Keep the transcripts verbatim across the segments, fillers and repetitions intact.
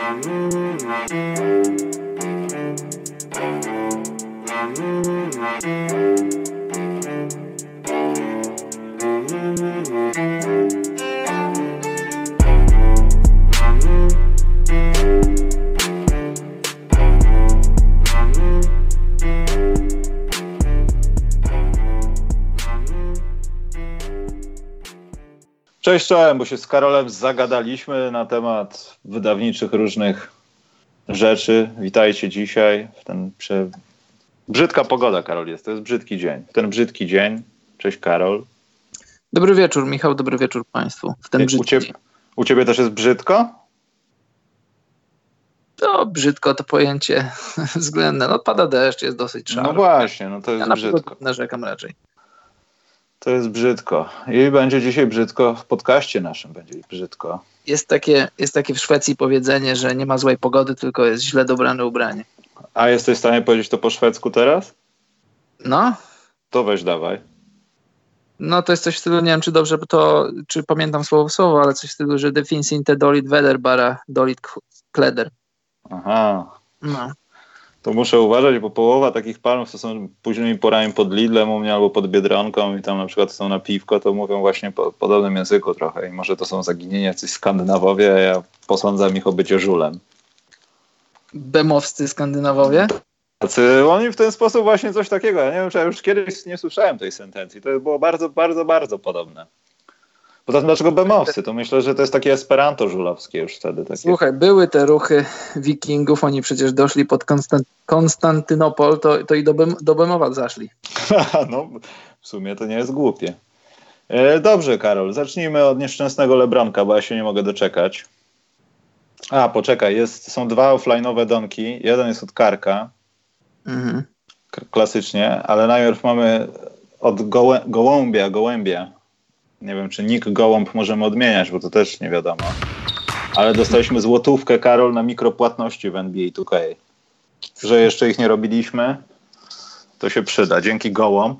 Cześć, czołem, bo się z Karolem zagadaliśmy na temat wydawniczych różnych rzeczy. Witajcie dzisiaj w ten prze... Brzydka pogoda, Karol, jest. To jest brzydki dzień. W ten brzydki dzień. Cześć, Karol. Dobry wieczór, Michał. Dobry wieczór Państwu. W ten brzydki u, ciebie, dzień. u Ciebie też jest brzydko? To brzydko to pojęcie względne. No pada deszcz, jest dosyć szaro. No właśnie, no to jest ja brzydko. Ja narzekam raczej. To jest brzydko. I będzie dzisiaj brzydko w podcaście naszym. Będzie brzydko. Jest takie, jest takie w Szwecji powiedzenie, że nie ma złej pogody, tylko jest źle dobrane ubranie. A jesteś w stanie powiedzieć to po szwedzku teraz? No. To weź dawaj. No to jest coś w stylu, nie wiem czy dobrze to, czy pamiętam słowo w słowo, ale coś w stylu, że det finns inte dåligt väder, bara dåligt kläder. Aha. No. To muszę uważać, bo połowa takich panów, co są późnymi porami pod Lidlem u mnie albo pod Biedronką i tam na przykład są na piwko, to mówią właśnie po podobnym języku trochę i może to są zaginienia jacyś Skandynawowie, a ja posądzam ich o bycie żulem. Bemowscy Skandynawowie? Tacy, oni w ten sposób właśnie coś takiego, ja nie wiem, czy ja już kiedyś nie słyszałem tej sentencji, to było bardzo, bardzo, bardzo podobne. Poza tym dlaczego bemowscy? To myślę, że to jest takie esperanto żulowskie już wtedy. Takie. Słuchaj, były te ruchy wikingów, oni przecież doszli pod Konstant- Konstantynopol, to, to i do, Bem- do Bemowa zaszli. No, w sumie to nie jest głupie. E, dobrze, Karol, zacznijmy od nieszczęsnego Lebronka, bo ja się nie mogę doczekać. A, poczekaj, jest, są dwa offline'owe donki. Jeden jest od Karka, Mhm. k- klasycznie, ale najpierw mamy od gołę- Gołębia, Gołębia. Nie wiem, czy nick Gołąb możemy odmieniać, bo to też nie wiadomo. Ale dostaliśmy złotówkę, Karol, na mikropłatności w N B A two K. Że jeszcze ich nie robiliśmy, to się przyda. Dzięki Gołąb.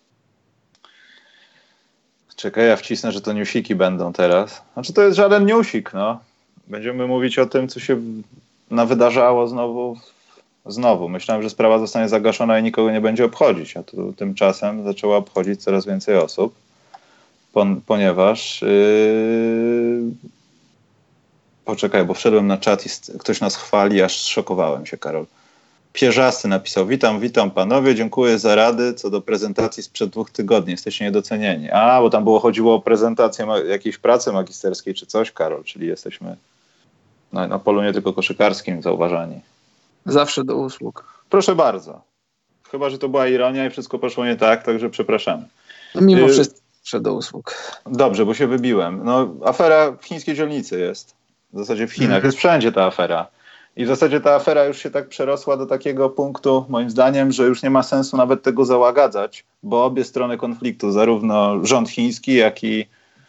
Czekaj, ja wcisnę, że to newsiki będą teraz. Znaczy to jest żaden newsik, no. Będziemy mówić o tym, co się nawydarzało znowu. Znowu. Myślałem, że sprawa zostanie zagaszona i nikogo nie będzie obchodzić, a tu tymczasem zaczęła obchodzić coraz więcej osób. Pon, ponieważ yy... poczekaj, bo wszedłem na czat i ktoś nas chwali, aż szokowałem się, Karol. Pierzasty napisał: witam, witam panowie, dziękuję za rady co do prezentacji sprzed dwóch tygodni, jesteście niedocenieni. A, bo tam było chodziło o prezentację ma- jakiejś pracy magisterskiej czy coś, Karol, czyli jesteśmy na, na polu nie tylko koszykarskim zauważani. Zawsze do usług. Proszę bardzo. Chyba że to była ironia i wszystko poszło nie tak, także przepraszamy. No, mimo y- wszystko do usług. Dobrze, bo się wybiłem. No, afera w chińskiej dzielnicy jest. W zasadzie w Chinach. Mhm. Jest wszędzie ta afera. I w zasadzie ta afera już się tak przerosła do takiego punktu, moim zdaniem, że już nie ma sensu nawet tego załagadzać, bo obie strony konfliktu, zarówno rząd chiński, jak i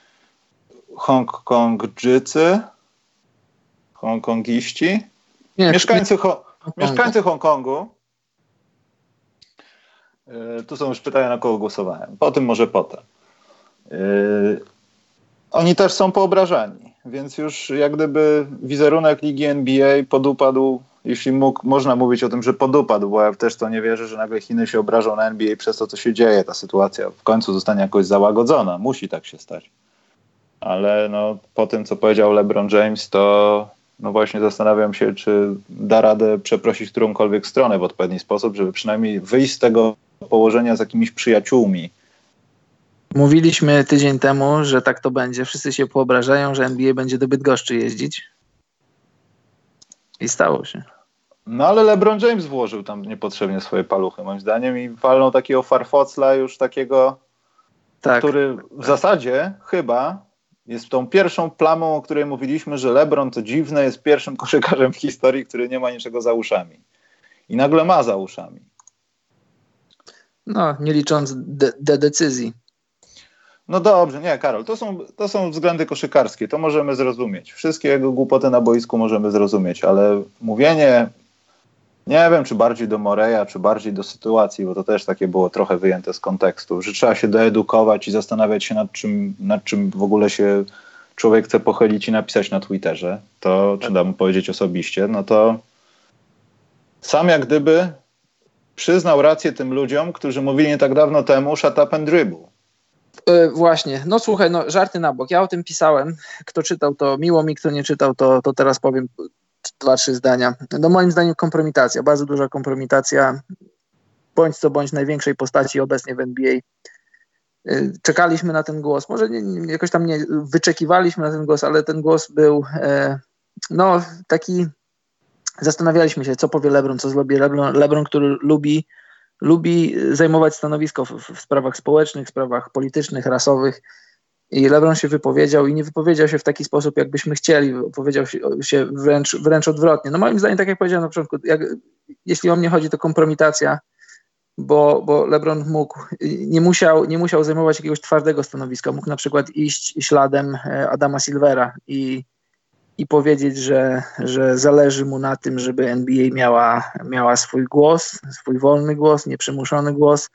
Hongkongczycy, Hongkongiści, Nie, mieszkańcy, ho- Hongkongu. mieszkańcy Hongkongu. Yy, tu są już pytania, na kogo głosowałem. Po tym może potem. Yy, oni też są poobrażani, więc już jak gdyby wizerunek Ligi N B A podupadł, jeśli mógł, można mówić o tym, że podupadł, bo ja też to nie wierzę, że nagle Chiny się obrażą na N B A przez to, co się dzieje. Ta sytuacja w końcu zostanie jakoś załagodzona. Musi tak się stać. Ale no, po tym, co powiedział LeBron James, to no właśnie zastanawiam się, czy da radę przeprosić którąkolwiek stronę w odpowiedni sposób, żeby przynajmniej wyjść z tego położenia z jakimiś przyjaciółmi. Mówiliśmy tydzień temu, że tak to będzie. Wszyscy się poobrażają, że N B A będzie do Bydgoszczy jeździć. I stało się. No ale LeBron James włożył tam niepotrzebnie swoje paluchy, moim zdaniem, i walnął takiego farfocla już takiego, Tak. który w zasadzie chyba jest tą pierwszą plamą, o której mówiliśmy, że LeBron, to dziwne, jest pierwszym koszykarzem w historii, który nie ma niczego za uszami. I nagle ma za uszami. No, nie licząc de, de decyzji. No dobrze, nie, Karol, to są, to są względy koszykarskie, to możemy zrozumieć. Wszystkie jego głupoty na boisku możemy zrozumieć, ale mówienie, nie wiem, czy bardziej do Moreya, czy bardziej do sytuacji, bo to też takie było trochę wyjęte z kontekstu, że trzeba się doedukować i zastanawiać się nad czym, nad czym w ogóle się człowiek chce pochylić i napisać na Twitterze, to czy da mu powiedzieć osobiście, no to sam jak gdyby przyznał rację tym ludziom, którzy mówili nie tak dawno temu shut up and dribble. Yy, właśnie, no słuchaj, no żarty na bok, ja o tym pisałem, kto czytał to miło mi, kto nie czytał to, to teraz powiem dwa, trzy zdania. No moim zdaniem kompromitacja, bardzo duża kompromitacja, bądź co bądź największej postaci obecnie w N B A. Yy, czekaliśmy na ten głos, może nie, nie, jakoś tam nie wyczekiwaliśmy na ten głos, ale ten głos był yy, no taki, zastanawialiśmy się, co powie LeBron, co zrobi LeBron, LeBron, który lubi lubi zajmować stanowisko w, w sprawach społecznych, w sprawach politycznych, rasowych i LeBron się wypowiedział i nie wypowiedział się w taki sposób, jakbyśmy chcieli, wypowiedział się, się wręcz, wręcz odwrotnie. No moim zdaniem, tak jak powiedziałem na początku, jak, jeśli o mnie chodzi, to kompromitacja, bo, bo LeBron mógł, nie musiał, nie musiał zajmować jakiegoś twardego stanowiska, mógł na przykład iść śladem Adama Silvera i i powiedzieć, że, że zależy mu na tym, żeby N B A miała, miała swój głos, swój wolny głos, nieprzymuszony głos,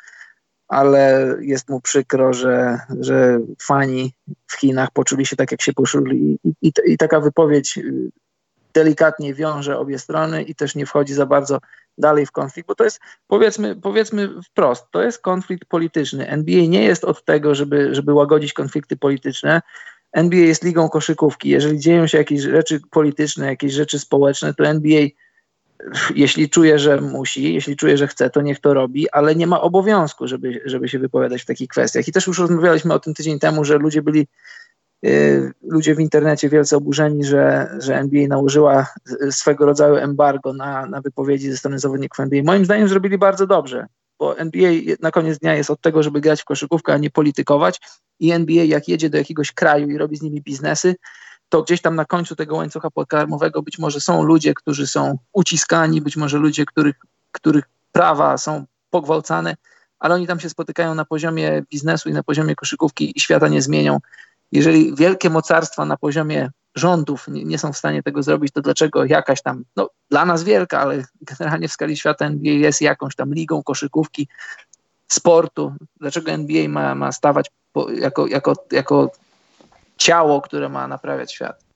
ale jest mu przykro, że, że fani w Chinach poczuli się tak, jak się poczuli i, i, i taka wypowiedź delikatnie wiąże obie strony i też nie wchodzi za bardzo dalej w konflikt, bo to jest, powiedzmy, powiedzmy wprost, to jest konflikt polityczny. N B A nie jest od tego, żeby, żeby łagodzić konflikty polityczne. N B A jest ligą koszykówki. Jeżeli dzieją się jakieś rzeczy polityczne, jakieś rzeczy społeczne, to N B A, jeśli czuje, że musi, jeśli czuje, że chce, to niech to robi, ale nie ma obowiązku, żeby, żeby się wypowiadać w takich kwestiach. I też już rozmawialiśmy o tym tydzień temu, że ludzie byli, yy, ludzie w internecie wielce oburzeni, że, że N B A nałożyła swego rodzaju embargo na, na wypowiedzi ze strony zawodników N B A. Moim zdaniem zrobili bardzo dobrze, bo N B A na koniec dnia jest od tego, żeby grać w koszykówkę, a nie politykować. I N B A jak jedzie do jakiegoś kraju i robi z nimi biznesy, to gdzieś tam na końcu tego łańcucha pokarmowego być może są ludzie, którzy są uciskani, być może ludzie, których, których prawa są pogwałcane, ale oni tam się spotykają na poziomie biznesu i na poziomie koszykówki i świata nie zmienią. Jeżeli wielkie mocarstwa na poziomie rządów nie, nie są w stanie tego zrobić, to dlaczego jakaś tam, no dla nas wielka, ale generalnie w skali świata N B A jest jakąś tam ligą koszykówki, sportu, dlaczego N B A ma, ma stawać po, jako, jako, jako ciało, które ma naprawiać świat?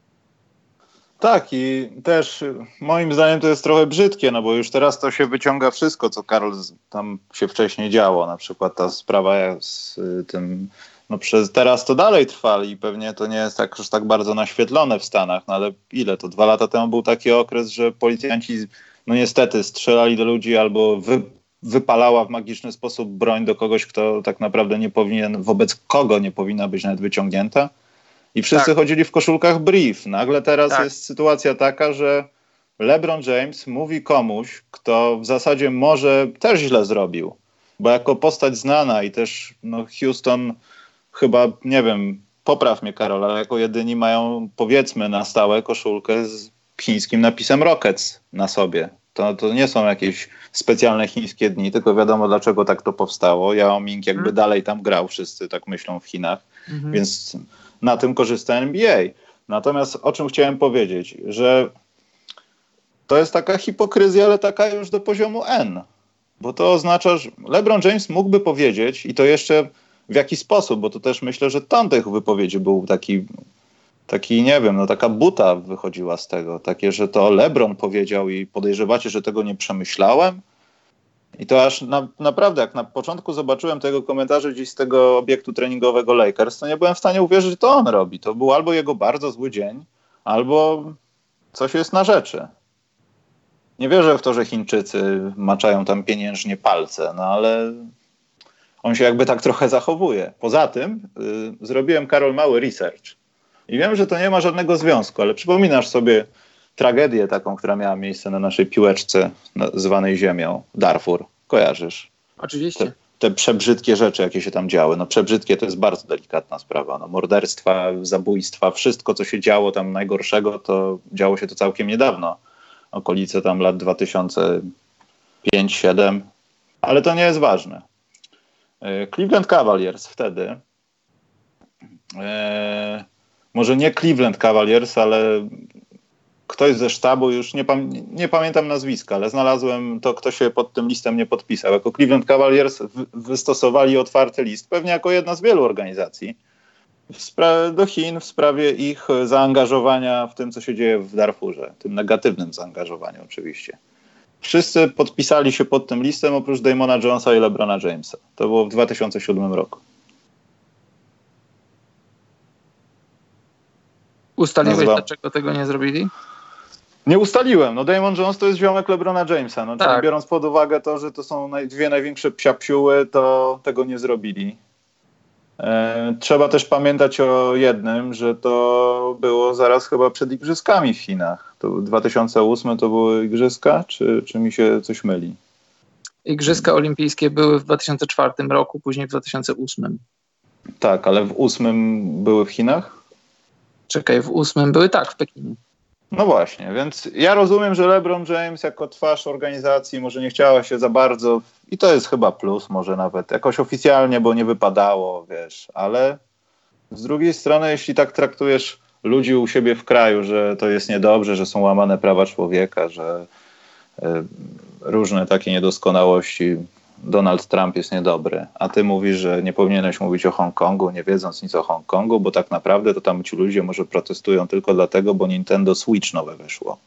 Tak, i też moim zdaniem to jest trochę brzydkie, no bo już teraz to się wyciąga wszystko, co Karol tam się wcześniej działo, na przykład ta sprawa z tym, no przez teraz to dalej trwa i pewnie to nie jest tak, już tak bardzo naświetlone w Stanach, no ale ile to? Dwa lata temu był taki okres, że policjanci no niestety strzelali do ludzi albo wy wypalała w magiczny sposób broń do kogoś, kto tak naprawdę nie powinien, wobec kogo nie powinna być nawet wyciągnięta. I wszyscy tak chodzili w koszulkach brief. Nagle teraz tak jest sytuacja taka, że LeBron James mówi komuś, kto w zasadzie może też źle zrobił. Bo jako postać znana i też no, Houston chyba, nie wiem, popraw mnie Karol, ale jako jedyni mają powiedzmy na stałe koszulkę z chińskim napisem Rockets na sobie. To, to nie są jakieś specjalne chińskie dni, tylko wiadomo dlaczego tak to powstało. Yao Ming jakby hmm. dalej tam grał, wszyscy tak myślą w Chinach, hmm. więc na tym korzysta N B A. Natomiast o czym chciałem powiedzieć, że to jest taka hipokryzja, ale taka już do poziomu N. Bo to oznacza, że LeBron James mógłby powiedzieć i to jeszcze w jaki sposób, bo to też myślę, że ton tych wypowiedzi był taki... Taki, nie wiem, no taka buta wychodziła z tego. Takie, że to LeBron powiedział i podejrzewacie, że tego nie przemyślałem. I to aż na, naprawdę, jak na początku zobaczyłem tego komentarza gdzieś z tego obiektu treningowego Lakers, to nie byłem w stanie uwierzyć, że to on robi. To był albo jego bardzo zły dzień, albo coś jest na rzeczy. Nie wierzę w to, że Chińczycy maczają tam pieniężnie palce, no ale on się jakby tak trochę zachowuje. Poza tym yy, zrobiłem, Karol, mały research. I wiem, że to nie ma żadnego związku, ale przypominasz sobie tragedię taką, która miała miejsce na naszej piłeczce zwanej Ziemią, Darfur. Kojarzysz? Oczywiście. Te, te przebrzydkie rzeczy, jakie się tam działy. No przebrzydkie to jest bardzo delikatna sprawa. No, morderstwa, zabójstwa, wszystko, co się działo tam najgorszego, to działo się to całkiem niedawno. Okolice tam lat dwa tysiące piąty, siódmy. Ale to nie jest ważne. Cleveland Cavaliers wtedy... Ee, może nie Cleveland Cavaliers, ale ktoś ze sztabu, już nie, pam nie pamiętam nazwiska, ale znalazłem to, kto się pod tym listem nie podpisał. Jako Cleveland Cavaliers wystosowali otwarty list, pewnie jako jedna z wielu organizacji, W spra- do Chin w sprawie ich zaangażowania w tym, co się dzieje w Darfurze. Tym negatywnym zaangażowaniu oczywiście. Wszyscy podpisali się pod tym listem oprócz Damona Jonesa i LeBrona Jamesa. To było w dwa tysiące siódmym roku. Ustaliłeś, Nazwa... dlaczego tego nie zrobili? Nie ustaliłem. No Damon Jones to jest ziomek LeBrona Jamesa. No, tak. Czyli biorąc pod uwagę to, że to są naj... dwie największe psiapsiuły, to tego nie zrobili. E, trzeba też pamiętać o jednym, że to było zaraz chyba przed igrzyskami w Chinach. To dwa tysiące ósmy to były igrzyska, czy, czy mi się coś myli? Igrzyska olimpijskie były w dwa tysiące czwartym roku, później w dwa tysiące ósmym. Tak, ale w ósmym były w Chinach? Czekaj, w ósmym były tak, w Pekinie. No właśnie, więc ja rozumiem, że LeBron James jako twarz organizacji może nie chciała się za bardzo, i to jest chyba plus może nawet, jakoś oficjalnie, bo nie wypadało, wiesz, ale z drugiej strony, jeśli tak traktujesz ludzi u siebie w kraju, że to jest niedobrze, że są łamane prawa człowieka, że y, różne takie niedoskonałości, Donald Trump jest niedobry, a ty mówisz, że nie powinieneś mówić o Hongkongu, nie wiedząc nic o Hongkongu, bo tak naprawdę to tam ci ludzie może protestują tylko dlatego, bo Nintendo Switch nowe wyszło.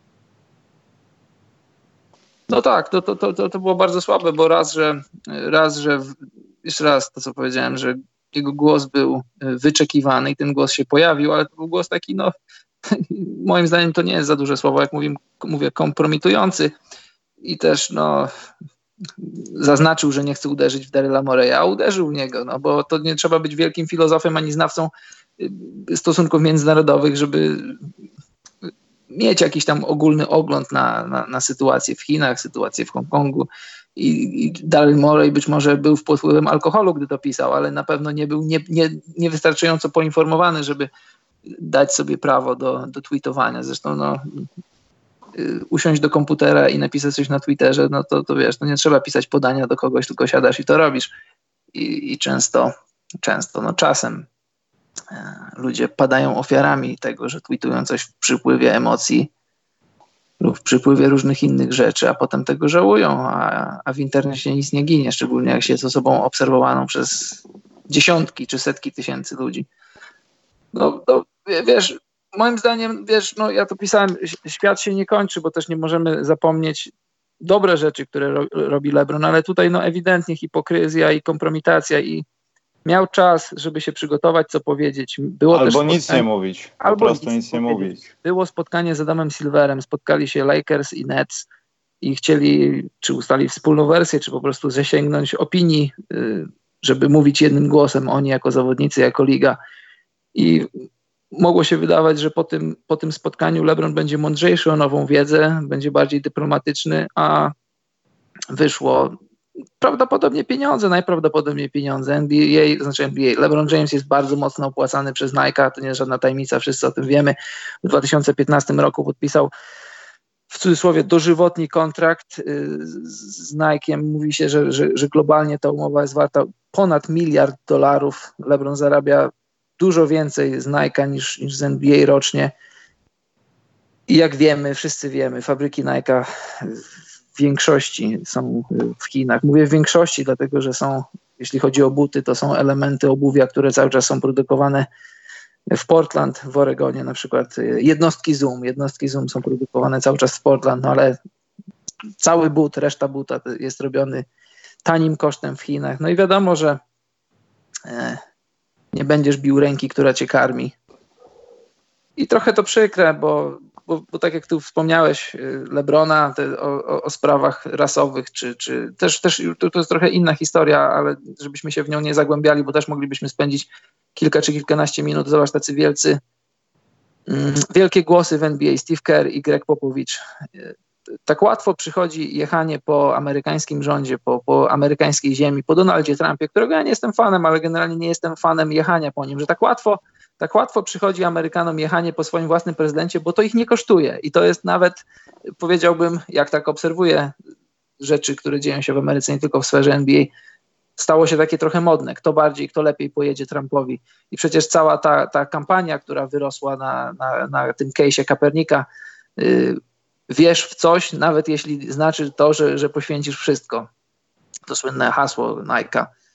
No tak, to, to, to, to było bardzo słabe, bo raz, że raz, że jeszcze raz to, co powiedziałem, że jego głos był wyczekiwany i ten głos się pojawił, ale to był głos taki, no moim zdaniem to nie jest za duże słowo, jak mówię, mówię kompromitujący i też no zaznaczył, że nie chce uderzyć w Daryla Moreya, a uderzył w niego, no bo to nie trzeba być wielkim filozofem ani znawcą stosunków międzynarodowych, żeby mieć jakiś tam ogólny ogląd na, na, na sytuację w Chinach, sytuację w Hongkongu i, i Daryl Morey być może był pod wpływem alkoholu, gdy to pisał, ale na pewno nie był nie, nie, niewystarczająco poinformowany, żeby dać sobie prawo do, do tweetowania. Zresztą no usiąść do komputera i napisać coś na Twitterze, no to, to wiesz, no nie trzeba pisać podania do kogoś, tylko siadasz i to robisz. I, i często, często, no czasem e, ludzie padają ofiarami tego, że tweetują coś w przypływie emocji lub w przypływie różnych innych rzeczy, a potem tego żałują, a, a w internecie nic nie ginie, szczególnie jak się jest osobą obserwowaną przez dziesiątki czy setki tysięcy ludzi. No, no wiesz, moim zdaniem, wiesz, no ja to pisałem, świat się nie kończy, bo też nie możemy zapomnieć dobre rzeczy, które ro, robi LeBron, ale tutaj no ewidentnie hipokryzja i kompromitacja i miał czas, żeby się przygotować, co powiedzieć. Było albo też nic nie mówić, po albo prostu nic, nic nie mówić. Było spotkanie z Adamem Silverem, spotkali się Lakers i Nets i chcieli, czy ustali wspólną wersję, czy po prostu zasięgnąć opinii, żeby mówić jednym głosem, oni jako zawodnicy, jako liga. I mogło się wydawać, że po tym, po tym spotkaniu LeBron będzie mądrzejszy o nową wiedzę, będzie bardziej dyplomatyczny, a wyszło prawdopodobnie pieniądze, najprawdopodobniej pieniądze. N B A, znaczy N B A, LeBron James jest bardzo mocno opłacany przez Nike, to nie jest żadna tajemnica, wszyscy o tym wiemy. W dwa tysiące piętnastym roku podpisał w cudzysłowie dożywotni kontrakt z Nike'em. Mówi się, że, że, że globalnie ta umowa jest warta ponad miliard dolarów. LeBron zarabia dużo więcej z Nike'a niż, niż z N B A rocznie. I jak wiemy, wszyscy wiemy, fabryki Nike'a w większości są w Chinach. Mówię w większości, dlatego że są, jeśli chodzi o buty, to są elementy obuwia, które cały czas są produkowane w Portland, w Oregonie na przykład. Jednostki Zoom, jednostki Zoom są produkowane cały czas w Portland, no ale cały but, reszta buta jest robiony tanim kosztem w Chinach. No i wiadomo, że e, nie będziesz bił ręki, która cię karmi. I trochę to przykre, bo, bo, bo tak jak tu wspomniałeś LeBrona te, o, o sprawach rasowych, czy, czy też, też to, to jest trochę inna historia, ale żebyśmy się w nią nie zagłębiali, bo też moglibyśmy spędzić kilka czy kilkanaście minut. Zobacz, tacy wielcy, mm, wielkie głosy w N B A, Steve Kerr i Greg Popovich. Tak łatwo przychodzi jechanie po amerykańskim rządzie, po, po amerykańskiej ziemi, po Donaldzie Trumpie, którego ja nie jestem fanem, ale generalnie nie jestem fanem jechania po nim, że tak łatwo, tak łatwo przychodzi Amerykanom jechanie po swoim własnym prezydencie, bo to ich nie kosztuje. I to jest nawet, powiedziałbym, jak tak obserwuję rzeczy, które dzieją się w Ameryce, nie tylko w sferze N B A, stało się takie trochę modne. Kto bardziej, kto lepiej pojedzie Trumpowi. I przecież cała ta, ta kampania, która wyrosła na, na, na tym case'ie Kaepernicka, yy, wiesz w coś, nawet jeśli znaczy to, że, że poświęcisz wszystko. To słynne hasło Nike'a,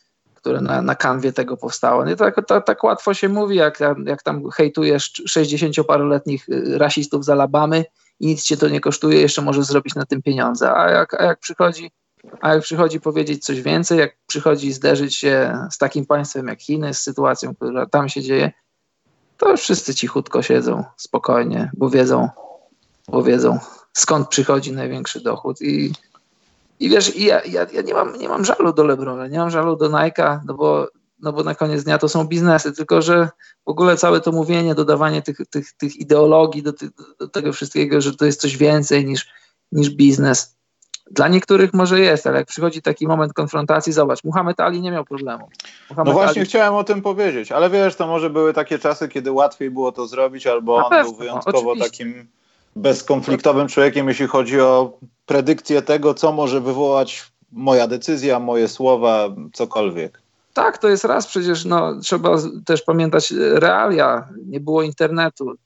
które na, na kanwie tego powstało. Nie, tak, tak, tak łatwo się mówi, jak, jak tam hejtujesz sześćdziesięcioparoletnich rasistów z Alabamy i nic cię to nie kosztuje, jeszcze możesz zrobić na tym pieniądze. A jak, a jak przychodzi a jak przychodzi powiedzieć coś więcej, jak przychodzi zderzyć się z takim państwem jak Chiny, z sytuacją, która tam się dzieje, to już wszyscy cichutko siedzą spokojnie, bo wiedzą, bo wiedzą skąd przychodzi największy dochód. I, i wiesz, i ja, ja, ja nie, mam, nie mam żalu do LeBrona, nie mam żalu do Nike'a, no bo, no bo na koniec dnia to są biznesy, tylko że w ogóle całe to mówienie, dodawanie tych, tych, tych ideologii do, tych, do tego wszystkiego, że to jest coś więcej niż, niż biznes. Dla niektórych może jest, ale jak przychodzi taki moment konfrontacji, zobacz, Muhammad Ali nie miał problemu. Muhammad no właśnie Ali... chciałem o tym powiedzieć, ale wiesz, to może były takie czasy, kiedy łatwiej było to zrobić, albo Na on pewno, był wyjątkowo oczywiście. takim bezkonfliktowym człowiekiem, jeśli chodzi o predykcję tego, co może wywołać moja decyzja, moje słowa, cokolwiek. Tak, to jest raz, przecież no, trzeba też pamiętać realia, nie było internetu,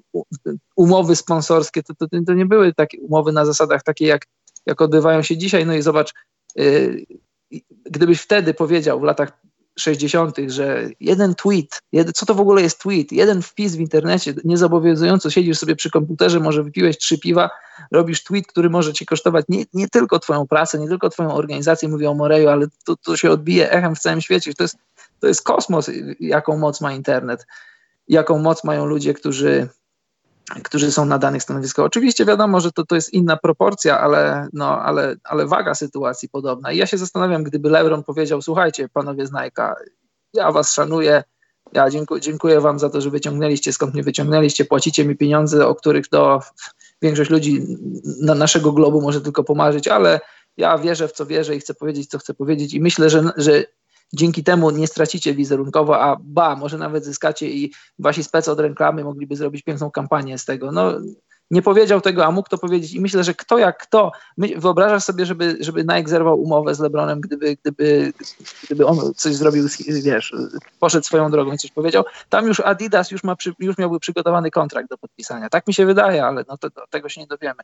umowy sponsorskie to, to, to nie były takie umowy na zasadach takie jak, jak odbywają się dzisiaj, no i zobacz, yy, gdybyś wtedy powiedział w latach sześćdziesiątych, że jeden tweet, jed, co to w ogóle jest tweet, jeden wpis w internecie, niezobowiązująco siedzisz sobie przy komputerze, może wypiłeś trzy piwa, robisz tweet, który może ci kosztować nie, nie tylko twoją pracę, nie tylko twoją organizację, mówię o Moreju, ale to, to się odbije echem w całym świecie. To jest, to jest kosmos, jaką moc ma internet, jaką moc mają ludzie, którzy którzy są na danych stanowiskach. Oczywiście wiadomo, że to, to jest inna proporcja, ale, no, ale, ale waga sytuacji podobna. I ja się zastanawiam, gdyby LeBron powiedział, słuchajcie, panowie z Nike'a, ja was szanuję, ja dziękuję, dziękuję wam za to, że wyciągnęliście, skąd mnie wyciągnęliście, płacicie mi pieniądze, o których to większość ludzi na naszego globu może tylko pomarzyć, ale ja wierzę w co wierzę i chcę powiedzieć, co chcę powiedzieć i myślę, że, że dzięki temu nie stracicie wizerunkowo, a ba, może nawet zyskacie i wasi specy od reklamy mogliby zrobić piękną kampanię z tego. No, nie powiedział tego, a mógł to powiedzieć i myślę, że kto jak kto, my, wyobrażasz sobie, żeby, żeby Nike zerwał umowę z LeBronem, gdyby, gdyby, gdyby on coś zrobił, wiesz, poszedł swoją drogą i coś powiedział. Tam już Adidas już, ma przy, już miałby przygotowany kontrakt do podpisania. Tak mi się wydaje, ale no to, to, tego się nie dowiemy.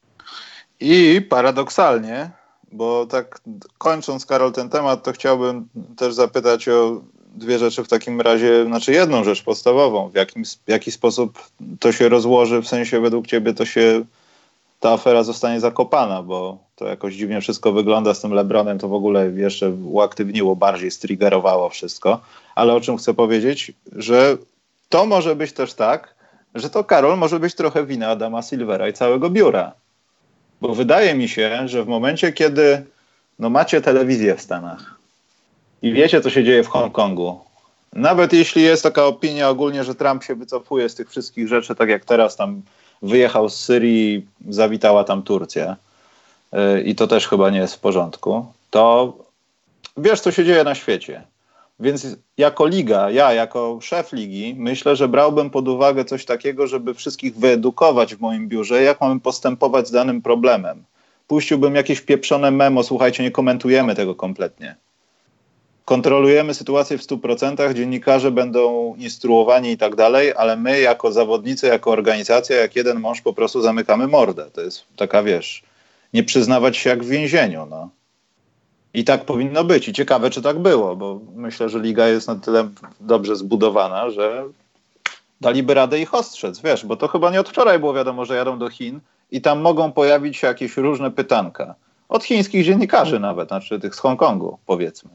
I paradoksalnie, bo tak kończąc, Karol, ten temat, to chciałbym też zapytać o dwie rzeczy w takim razie, znaczy jedną rzecz podstawową. W jakim, w jaki sposób to się rozłoży, w sensie według ciebie to się, ta afera zostanie zakopana, bo to jakoś dziwnie wszystko wygląda z tym LeBronem, to w ogóle jeszcze uaktywniło, bardziej striggerowało wszystko. Ale o czym chcę powiedzieć, że to może być też tak, że to, Karol, może być trochę wina Adama Silvera i całego biura. Bo wydaje mi się, że w momencie, kiedy no, macie telewizję w Stanach i wiecie, co się dzieje w Hongkongu, nawet jeśli jest taka opinia ogólnie, że Trump się wycofuje z tych wszystkich rzeczy, tak jak teraz tam wyjechał z Syrii, zawitała tam Turcja yy, i to też chyba nie jest w porządku, to wiesz, co się dzieje na świecie. Więc jako liga, ja jako szef ligi, myślę, że brałbym pod uwagę coś takiego, żeby wszystkich wyedukować w moim biurze, jak mamy postępować z danym problemem. Puściłbym jakieś pieprzone memo, słuchajcie, nie komentujemy tego kompletnie. Kontrolujemy sytuację w stu procentach, dziennikarze będą instruowani i tak dalej, ale my jako zawodnicy, jako organizacja, jak jeden mąż po prostu zamykamy mordę. To jest taka, wiesz, nie przyznawać się jak w więzieniu, no. I tak powinno być. I ciekawe, czy tak było, bo myślę, że liga jest na tyle dobrze zbudowana, że daliby radę ich ostrzec, wiesz, bo to chyba nie od wczoraj było wiadomo, że jadą do Chin i tam mogą pojawić się jakieś różne pytanka. Od chińskich dziennikarzy nawet, znaczy tych z Hongkongu, powiedzmy.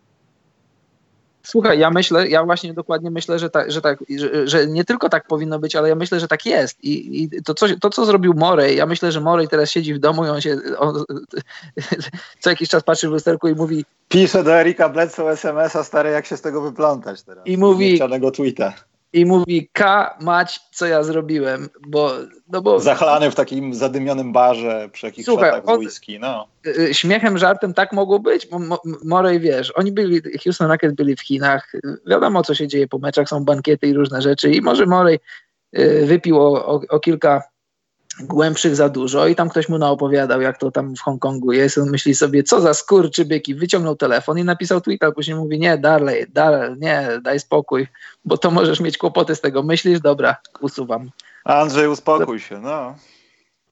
Słuchaj, ja myślę, ja właśnie dokładnie myślę, że, tak, że, tak, że, że nie tylko tak powinno być, ale ja myślę, że tak jest. I, i to, co, to, co zrobił Morey, ja myślę, że Morey teraz siedzi w domu i on się on, co jakiś czas patrzy w lusterku i mówi... Pisze do Erika Bledsoe es em es a, stary, jak się z tego wyplątać teraz. I mówi... Czarnego tweeta. I mówi, K, mać, co ja zrobiłem, bo... No bo zachlany w takim zadymionym barze przy jakichś szatach z whisky, no. Śmiechem, żartem tak mogło być. Morey, wiesz, oni byli, Houston Rockets byli w Chinach, wiadomo, co się dzieje po meczach, są bankiety i różne rzeczy i może Morey wypił o, o, o kilka głębszych za dużo i tam ktoś mu naopowiadał, jak to tam w Hongkongu jest. On myśli sobie, co za skurczybyki, wyciągnął telefon i napisał tweeta, później mówi, nie, dalej, dalej, nie, daj spokój, bo to możesz mieć kłopoty z tego. Myślisz? Dobra, usuwam. Andrzej, uspokój się, no.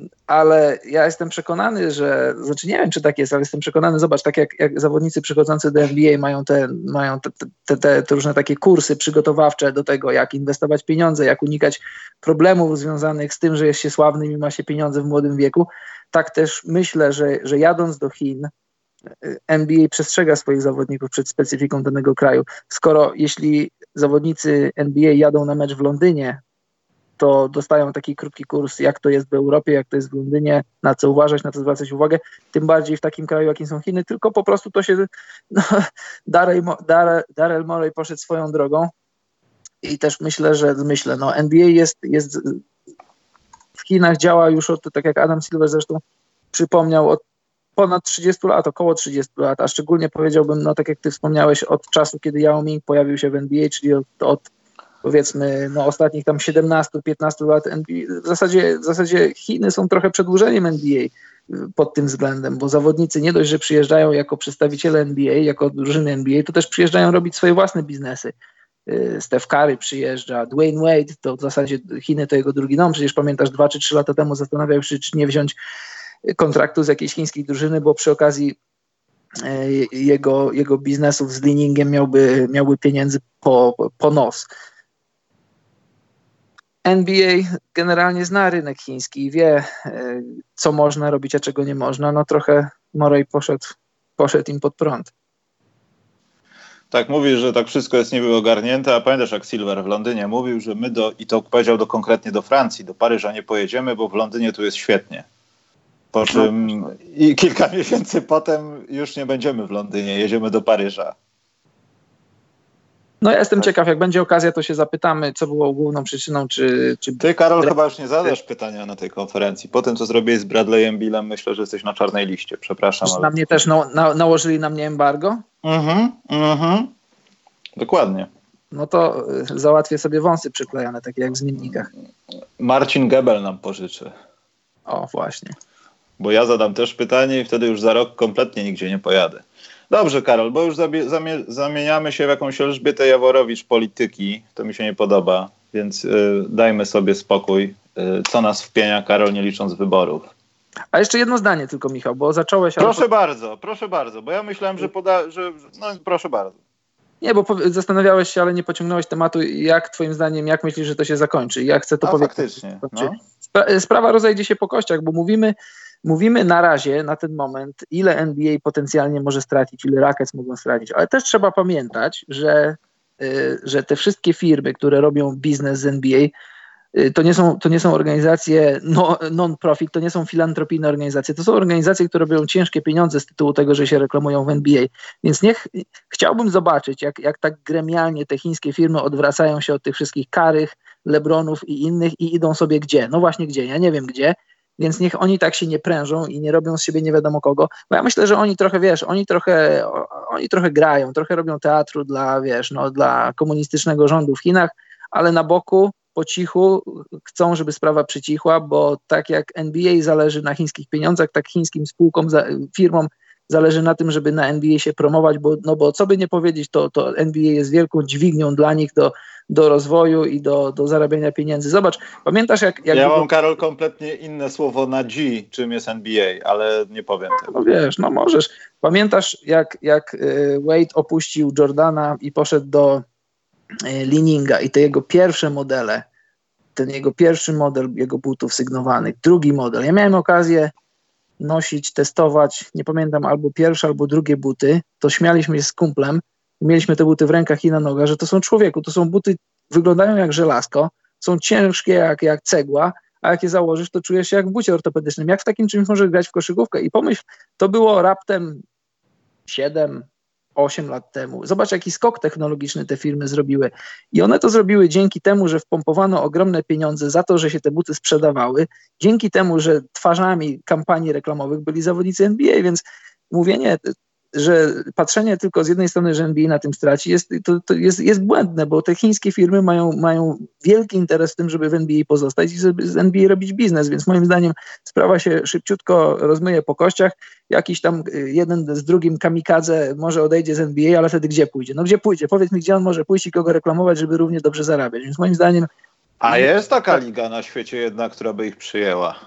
ale ja jestem przekonany, że, znaczy nie wiem, czy tak jest, ale jestem przekonany, zobacz, tak jak, jak zawodnicy przychodzący do N B A mają, te, mają te, te, te, te różne takie kursy przygotowawcze do tego, jak inwestować pieniądze, jak unikać problemów związanych z tym, że jest się sławnym i ma się pieniądze w młodym wieku, tak też myślę, że, że jadąc do Chin, N B A przestrzega swoich zawodników przed specyfiką danego kraju. Skoro jeśli zawodnicy N B A jadą na mecz w Londynie, to dostają taki krótki kurs, jak to jest w Europie, jak to jest w Londynie, na co uważać, na co zwracać uwagę, tym bardziej w takim kraju, jakim są Chiny, tylko po prostu to się, no, Daryl, Daryl, Daryl Morey poszedł swoją drogą i też myślę, że myślę, no N B A jest, jest w Chinach działa już od, tak jak Adam Silver zresztą przypomniał, od ponad trzydziestu lat, około trzydziestu lat, a szczególnie powiedziałbym, no tak jak ty wspomniałeś, od czasu, kiedy Yao Ming pojawił się w N B A, czyli od, od powiedzmy no, ostatnich tam siedemnastu piętnastu lat. N B A, w, zasadzie, w zasadzie Chiny są trochę przedłużeniem N B A pod tym względem, bo zawodnicy nie dość, że przyjeżdżają jako przedstawiciele N B A, jako drużyny N B A, to też przyjeżdżają robić swoje własne biznesy. Steph Curry przyjeżdża, Dwayne Wade, to w zasadzie Chiny to jego drugi dom, przecież pamiętasz, dwa czy trzy lata temu zastanawiał się, czy nie wziąć kontraktu z jakiejś chińskiej drużyny, bo przy okazji jego, jego biznesów z Li-Ningiem miałby, miałby pieniędzy po, po nos. N B A generalnie zna rynek chiński i wie, co można robić, a czego nie można. No trochę Morey poszedł, poszedł im pod prąd. Tak, mówisz, że tak wszystko jest niby ogarnięte, a pamiętasz, jak Silver w Londynie mówił, że my do, i to powiedział do, konkretnie do Francji, do Paryża nie pojedziemy, bo w Londynie tu jest świetnie. Po czym no. i kilka miesięcy potem już nie będziemy w Londynie, jedziemy do Paryża. No ja jestem tak. ciekaw, jak będzie okazja, to się zapytamy, co było główną przyczyną, czy... czy... Ty, Karol, chyba już nie zadasz pytania na tej konferencji. Po tym, co zrobiłeś z Bradleyem Billem, myślę, że jesteś na czarnej liście. Przepraszam. Ale... Na mnie też na, na, nałożyli na mnie embargo? Mhm, mhm. Dokładnie. No to załatwię sobie wąsy przyklejane, takie jak w zmiennikach. Marcin Gebel nam pożyczy. O, właśnie. Bo ja zadam też pytanie i wtedy już za rok kompletnie nigdzie nie pojadę. Dobrze, Karol, bo już zamie- zamie- zamieniamy się w jakąś Elżbietę Jaworowicz polityki. To mi się nie podoba, więc y, dajmy sobie spokój. Y, co nas wpienia, Karol, nie licząc wyborów. A jeszcze jedno zdanie tylko, Michał, bo zacząłeś... Proszę ale... bardzo, proszę bardzo, bo ja myślałem, że poda... że... No, proszę bardzo. Nie, bo zastanawiałeś się, ale nie pociągnąłeś tematu. Jak twoim zdaniem, jak myślisz, że to się zakończy? Ja chcę to A, powiedzieć. Faktycznie. No. Sprawa rozejdzie się po kościach, bo mówimy, mówimy na razie, na ten moment, ile N B A potencjalnie może stracić, ile Rockets mogą stracić, ale też trzeba pamiętać, że, że te wszystkie firmy, które robią biznes z N B A, to nie są, to nie są organizacje no, non-profit, to nie są filantropijne organizacje, to są organizacje, które robią ciężkie pieniądze z tytułu tego, że się reklamują w N B A. Więc niech, chciałbym zobaczyć, jak, jak tak gremialnie te chińskie firmy odwracają się od tych wszystkich Karych, LeBronów i innych i idą sobie gdzie? No właśnie gdzie? Ja nie wiem gdzie. Więc niech oni tak się nie prężą i nie robią z siebie nie wiadomo kogo, bo ja myślę, że oni trochę, wiesz, oni trochę, oni trochę grają, trochę robią teatru dla, wiesz, no, dla komunistycznego rządu w Chinach, ale na boku po cichu chcą, żeby sprawa przycichła, bo tak jak N B A zależy na chińskich pieniądzach, tak chińskim spółkom, firmom zależy na tym, żeby na N B A się promować, bo, no bo co by nie powiedzieć, to, to N B A jest wielką dźwignią dla nich do, do rozwoju i do, do zarabiania pieniędzy. Zobacz, pamiętasz jak... jak ja było... mam, Karol, kompletnie inne słowo na G, czym jest N B A, ale nie powiem tego. No wiesz, no możesz. Pamiętasz jak, jak Wade opuścił Jordana i poszedł do Li-Ninga i te jego pierwsze modele, ten jego pierwszy model jego butów sygnowanych, drugi model. Ja miałem okazję nosić, testować, nie pamiętam, albo pierwsze, albo drugie buty, to śmialiśmy się z kumplem, mieliśmy te buty w rękach i na nogach, że to są człowieku, to są buty, wyglądają jak żelazko, są ciężkie jak, jak cegła, a jak je założysz, to czujesz się jak w bucie ortopedycznym. Jak w takim czymś możesz grać w koszykówkę? I pomyśl, to było raptem siedem osiem lat temu. Zobacz, jaki skok technologiczny te firmy zrobiły. I one to zrobiły dzięki temu, że wpompowano ogromne pieniądze za to, że się te buty sprzedawały, dzięki temu, że twarzami kampanii reklamowych byli zawodnicy N B A, więc mówienie, że patrzenie tylko z jednej strony, że N B A na tym straci, jest, to, to jest, jest błędne, bo te chińskie firmy mają, mają wielki interes w tym, żeby w N B A pozostać i żeby z N B A robić biznes, więc moim zdaniem sprawa się szybciutko rozmyje po kościach. Jakiś tam jeden z drugim kamikadze może odejdzie z N B A, ale wtedy gdzie pójdzie? No gdzie pójdzie? Powiedz mi, gdzie on może pójść i kogo reklamować, żeby równie dobrze zarabiać. Więc moim zdaniem... A jest taka liga na świecie jednak, która by ich przyjęła.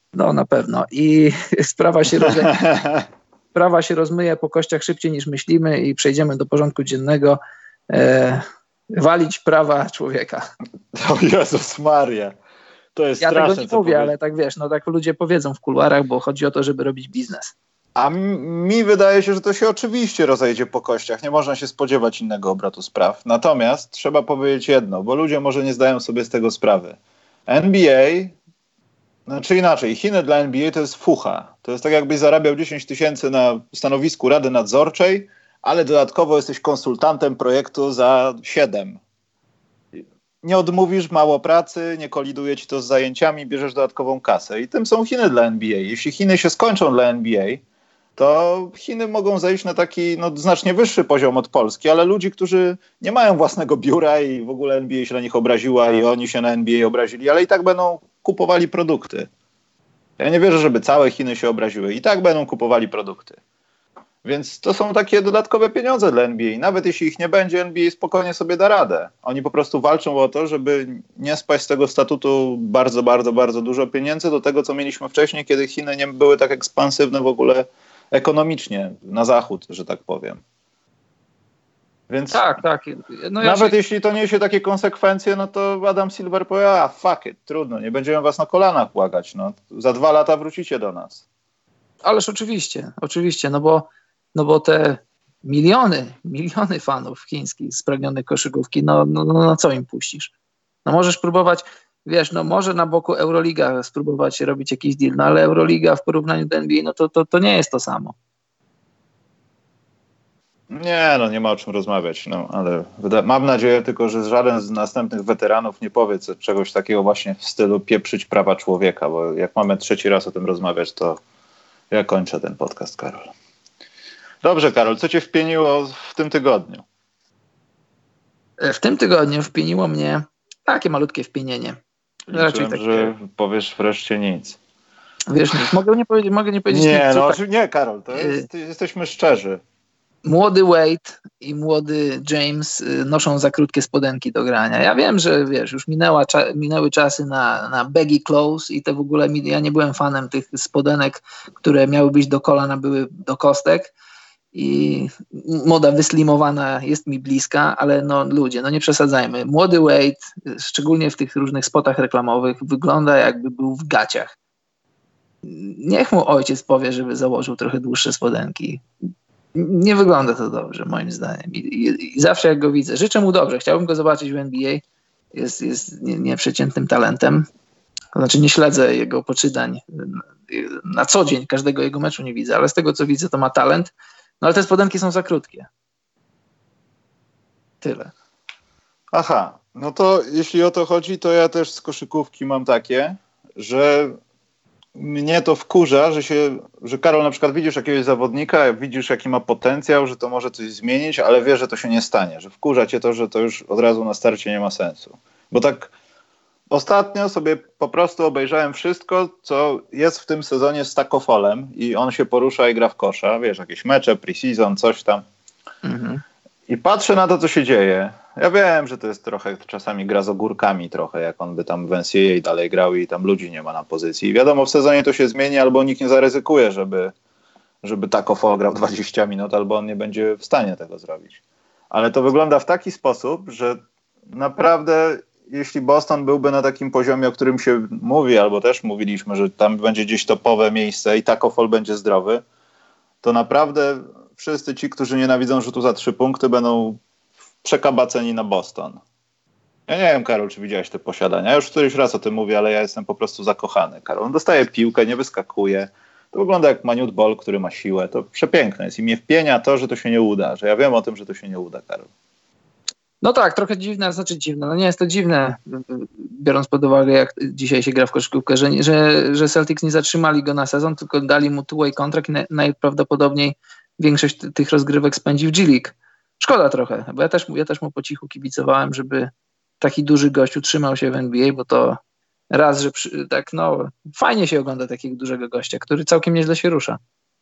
No na pewno. I sprawa się, roz... sprawa się rozmyje po kościach szybciej niż myślimy i przejdziemy do porządku dziennego. E... Walić prawa człowieka. O Jezus Maria. To jest ja straszne, tego nie mówię, ale tak wiesz, no tak ludzie powiedzą w kuluarach, bo chodzi o to, żeby robić biznes. A mi wydaje się, że to się oczywiście rozejdzie po kościach. Nie można się spodziewać innego obrotu spraw. Natomiast trzeba powiedzieć jedno, bo ludzie może nie zdają sobie z tego sprawy. N B A, znaczy inaczej, Chiny dla N B A to jest fucha. To jest tak, jakbyś zarabiał dziesięć tysięcy na stanowisku Rady Nadzorczej, ale dodatkowo jesteś konsultantem projektu za siedem. Nie odmówisz, mało pracy, nie koliduje ci to z zajęciami, bierzesz dodatkową kasę. I tym są Chiny dla N B A. Jeśli Chiny się skończą dla N B A, to Chiny mogą zejść na taki no, znacznie wyższy poziom od Polski, ale ludzi, którzy nie mają własnego biura i w ogóle N B A się na nich obraziła i oni się na N B A obrazili, ale i tak będą kupowali produkty. Ja nie wierzę, żeby całe Chiny się obraziły. I tak będą kupowali produkty. Więc to są takie dodatkowe pieniądze dla N B A. Nawet jeśli ich nie będzie, N B A spokojnie sobie da radę. Oni po prostu walczą o to, żeby nie spaść z tego statutu bardzo, bardzo, bardzo dużo pieniędzy do tego, co mieliśmy wcześniej, kiedy Chiny nie były tak ekspansywne w ogóle ekonomicznie na zachód, że tak powiem. Więc tak, tak. No nawet ja się... jeśli to niesie takie konsekwencje, no to Adam Silver powie, a fuck it, trudno, nie będziemy was na kolanach błagać. No. Za dwa lata wrócicie do nas. Ależ oczywiście, oczywiście, no bo, no bo te miliony, miliony fanów chińskich spragnionych koszykówki, no, no, no, no co im puścisz? No możesz próbować, wiesz, no może na boku Euroliga spróbować robić jakiś deal, no ale Euroliga w porównaniu do N B A, no to, to, to nie jest to samo. Nie, no nie ma o czym rozmawiać, no ale wyda- mam nadzieję tylko, że żaden z następnych weteranów nie powie czegoś takiego właśnie w stylu pieprzyć prawa człowieka, bo jak mamy trzeci raz o tym rozmawiać, to ja kończę ten podcast, Karol. Dobrze, Karol, co cię wpieniło w tym tygodniu? W tym tygodniu wpieniło mnie takie malutkie wpienienie. Raczej takie... że powiesz wreszcie nic. Wiesz, nic. Mogę nie powiedzieć, mogę nie powiedzieć nie, nic. No, tak... Nie, Karol, to jest, jesteśmy szczerzy. Młody Wade i młody James noszą za krótkie spodenki do grania. Ja wiem, że wiesz, już minęła, cza- minęły czasy na, na baggy clothes i te w ogóle, ja nie byłem fanem tych spodenek, które miały być do kolana, były do kostek i moda wyslimowana jest mi bliska, ale no ludzie, no nie przesadzajmy. Młody Wade, szczególnie w tych różnych spotach reklamowych, wygląda jakby był w gaciach. Niech mu ojciec powie, żeby założył trochę dłuższe spodenki. Nie wygląda to dobrze, moim zdaniem. I, i, i zawsze jak go widzę, życzę mu dobrze. Chciałbym go zobaczyć w N B A. Jest, jest nie, nieprzeciętnym talentem. To znaczy nie śledzę jego poczynań na co dzień, każdego jego meczu nie widzę, ale z tego co widzę to ma talent. No ale te spodenki są za krótkie. Tyle. Aha, no to jeśli o to chodzi, to ja też z koszykówki mam takie, że mnie to wkurza, że się, że Karol, na przykład widzisz jakiegoś zawodnika, widzisz jaki ma potencjał, że to może coś zmienić, ale wiesz, że to się nie stanie, że wkurza cię to, że to już od razu na starcie nie ma sensu. Bo tak ostatnio sobie po prostu obejrzałem wszystko, co jest w tym sezonie z Takofolem i on się porusza i gra w kosza, wiesz, jakieś mecze, pre-season, coś tam. Mhm. I patrzę na to, co się dzieje. Ja wiem, że to jest trochę, czasami gra z ogórkami trochę, jak on by tam w N C A A dalej grał i tam ludzi nie ma na pozycji. I wiadomo, w sezonie to się zmieni, albo nikt nie zaryzykuje, żeby, żeby Taco Fall grał dwadzieścia minut, albo on nie będzie w stanie tego zrobić. Ale to wygląda w taki sposób, że naprawdę jeśli Boston byłby na takim poziomie, o którym się mówi, albo też mówiliśmy, że tam będzie gdzieś topowe miejsce i Taco Fall będzie zdrowy, to naprawdę wszyscy ci, którzy nienawidzą rzutu za trzy punkty, będą przekabaceni na Boston. Ja nie wiem, Karol, czy widziałeś te posiadania. Ja już któryś raz o tym mówię, ale ja jestem po prostu zakochany. Karol, on dostaje piłkę, nie wyskakuje. To wygląda jak Maniut Ball, który ma siłę. To przepiękne jest i mnie wpienia to, że to się nie uda. Że ja wiem o tym, że to się nie uda, Karol. No tak, trochę dziwne, znaczy dziwne. No nie jest to dziwne, biorąc pod uwagę, jak dzisiaj się gra w koszykówkę, że, że, że Celtics nie zatrzymali go na sezon, tylko dali mu two-way kontrakt i najprawdopodobniej większość t- tych rozgrywek spędzi w G League. Szkoda trochę, bo ja też, ja też mu po cichu kibicowałem, żeby taki duży gość utrzymał się w N B A, bo to raz, że przy, tak no fajnie się ogląda takiego dużego gościa, który całkiem nieźle się rusza.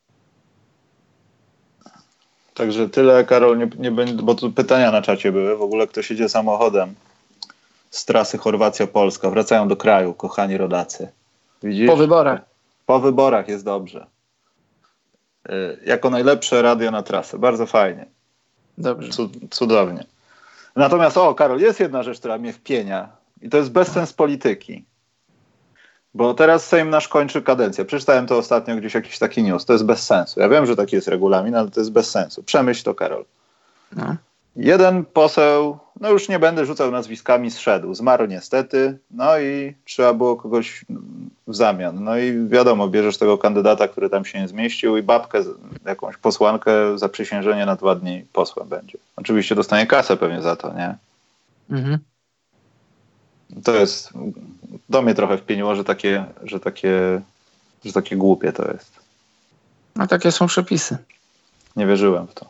Także tyle, Karol, nie, nie będzie, bo tu pytania na czacie były, w ogóle ktoś jedzie samochodem z trasy Chorwacja-Polska, wracają do kraju, kochani rodacy. Widzisz? Po wyborach. Po wyborach jest dobrze. Jako najlepsze radio na trasę. Bardzo fajnie. Dobrze. Cudownie. Natomiast, o Karol, jest jedna rzecz, która mnie wpienia i to jest bezsens polityki. Bo teraz Sejm nasz kończy kadencję. Przeczytałem to ostatnio gdzieś jakiś taki news. To jest bez sensu. Ja wiem, że taki jest regulamin, ale to jest bez sensu. Przemyśl to, Karol. No. Jeden poseł, no już nie będę rzucał nazwiskami, zszedł. Zmarł niestety, no i trzeba było kogoś w zamian. No i wiadomo, bierzesz tego kandydata, który tam się nie zmieścił i babkę, jakąś posłankę, zaprzysiężenie na dwa dni posłem będzie. Oczywiście dostanie kasę pewnie za to, nie? Mhm. To jest, do mnie trochę wpieniło, że takie, że takie, że takie głupie to jest. No takie są przepisy. Nie wierzyłem w to.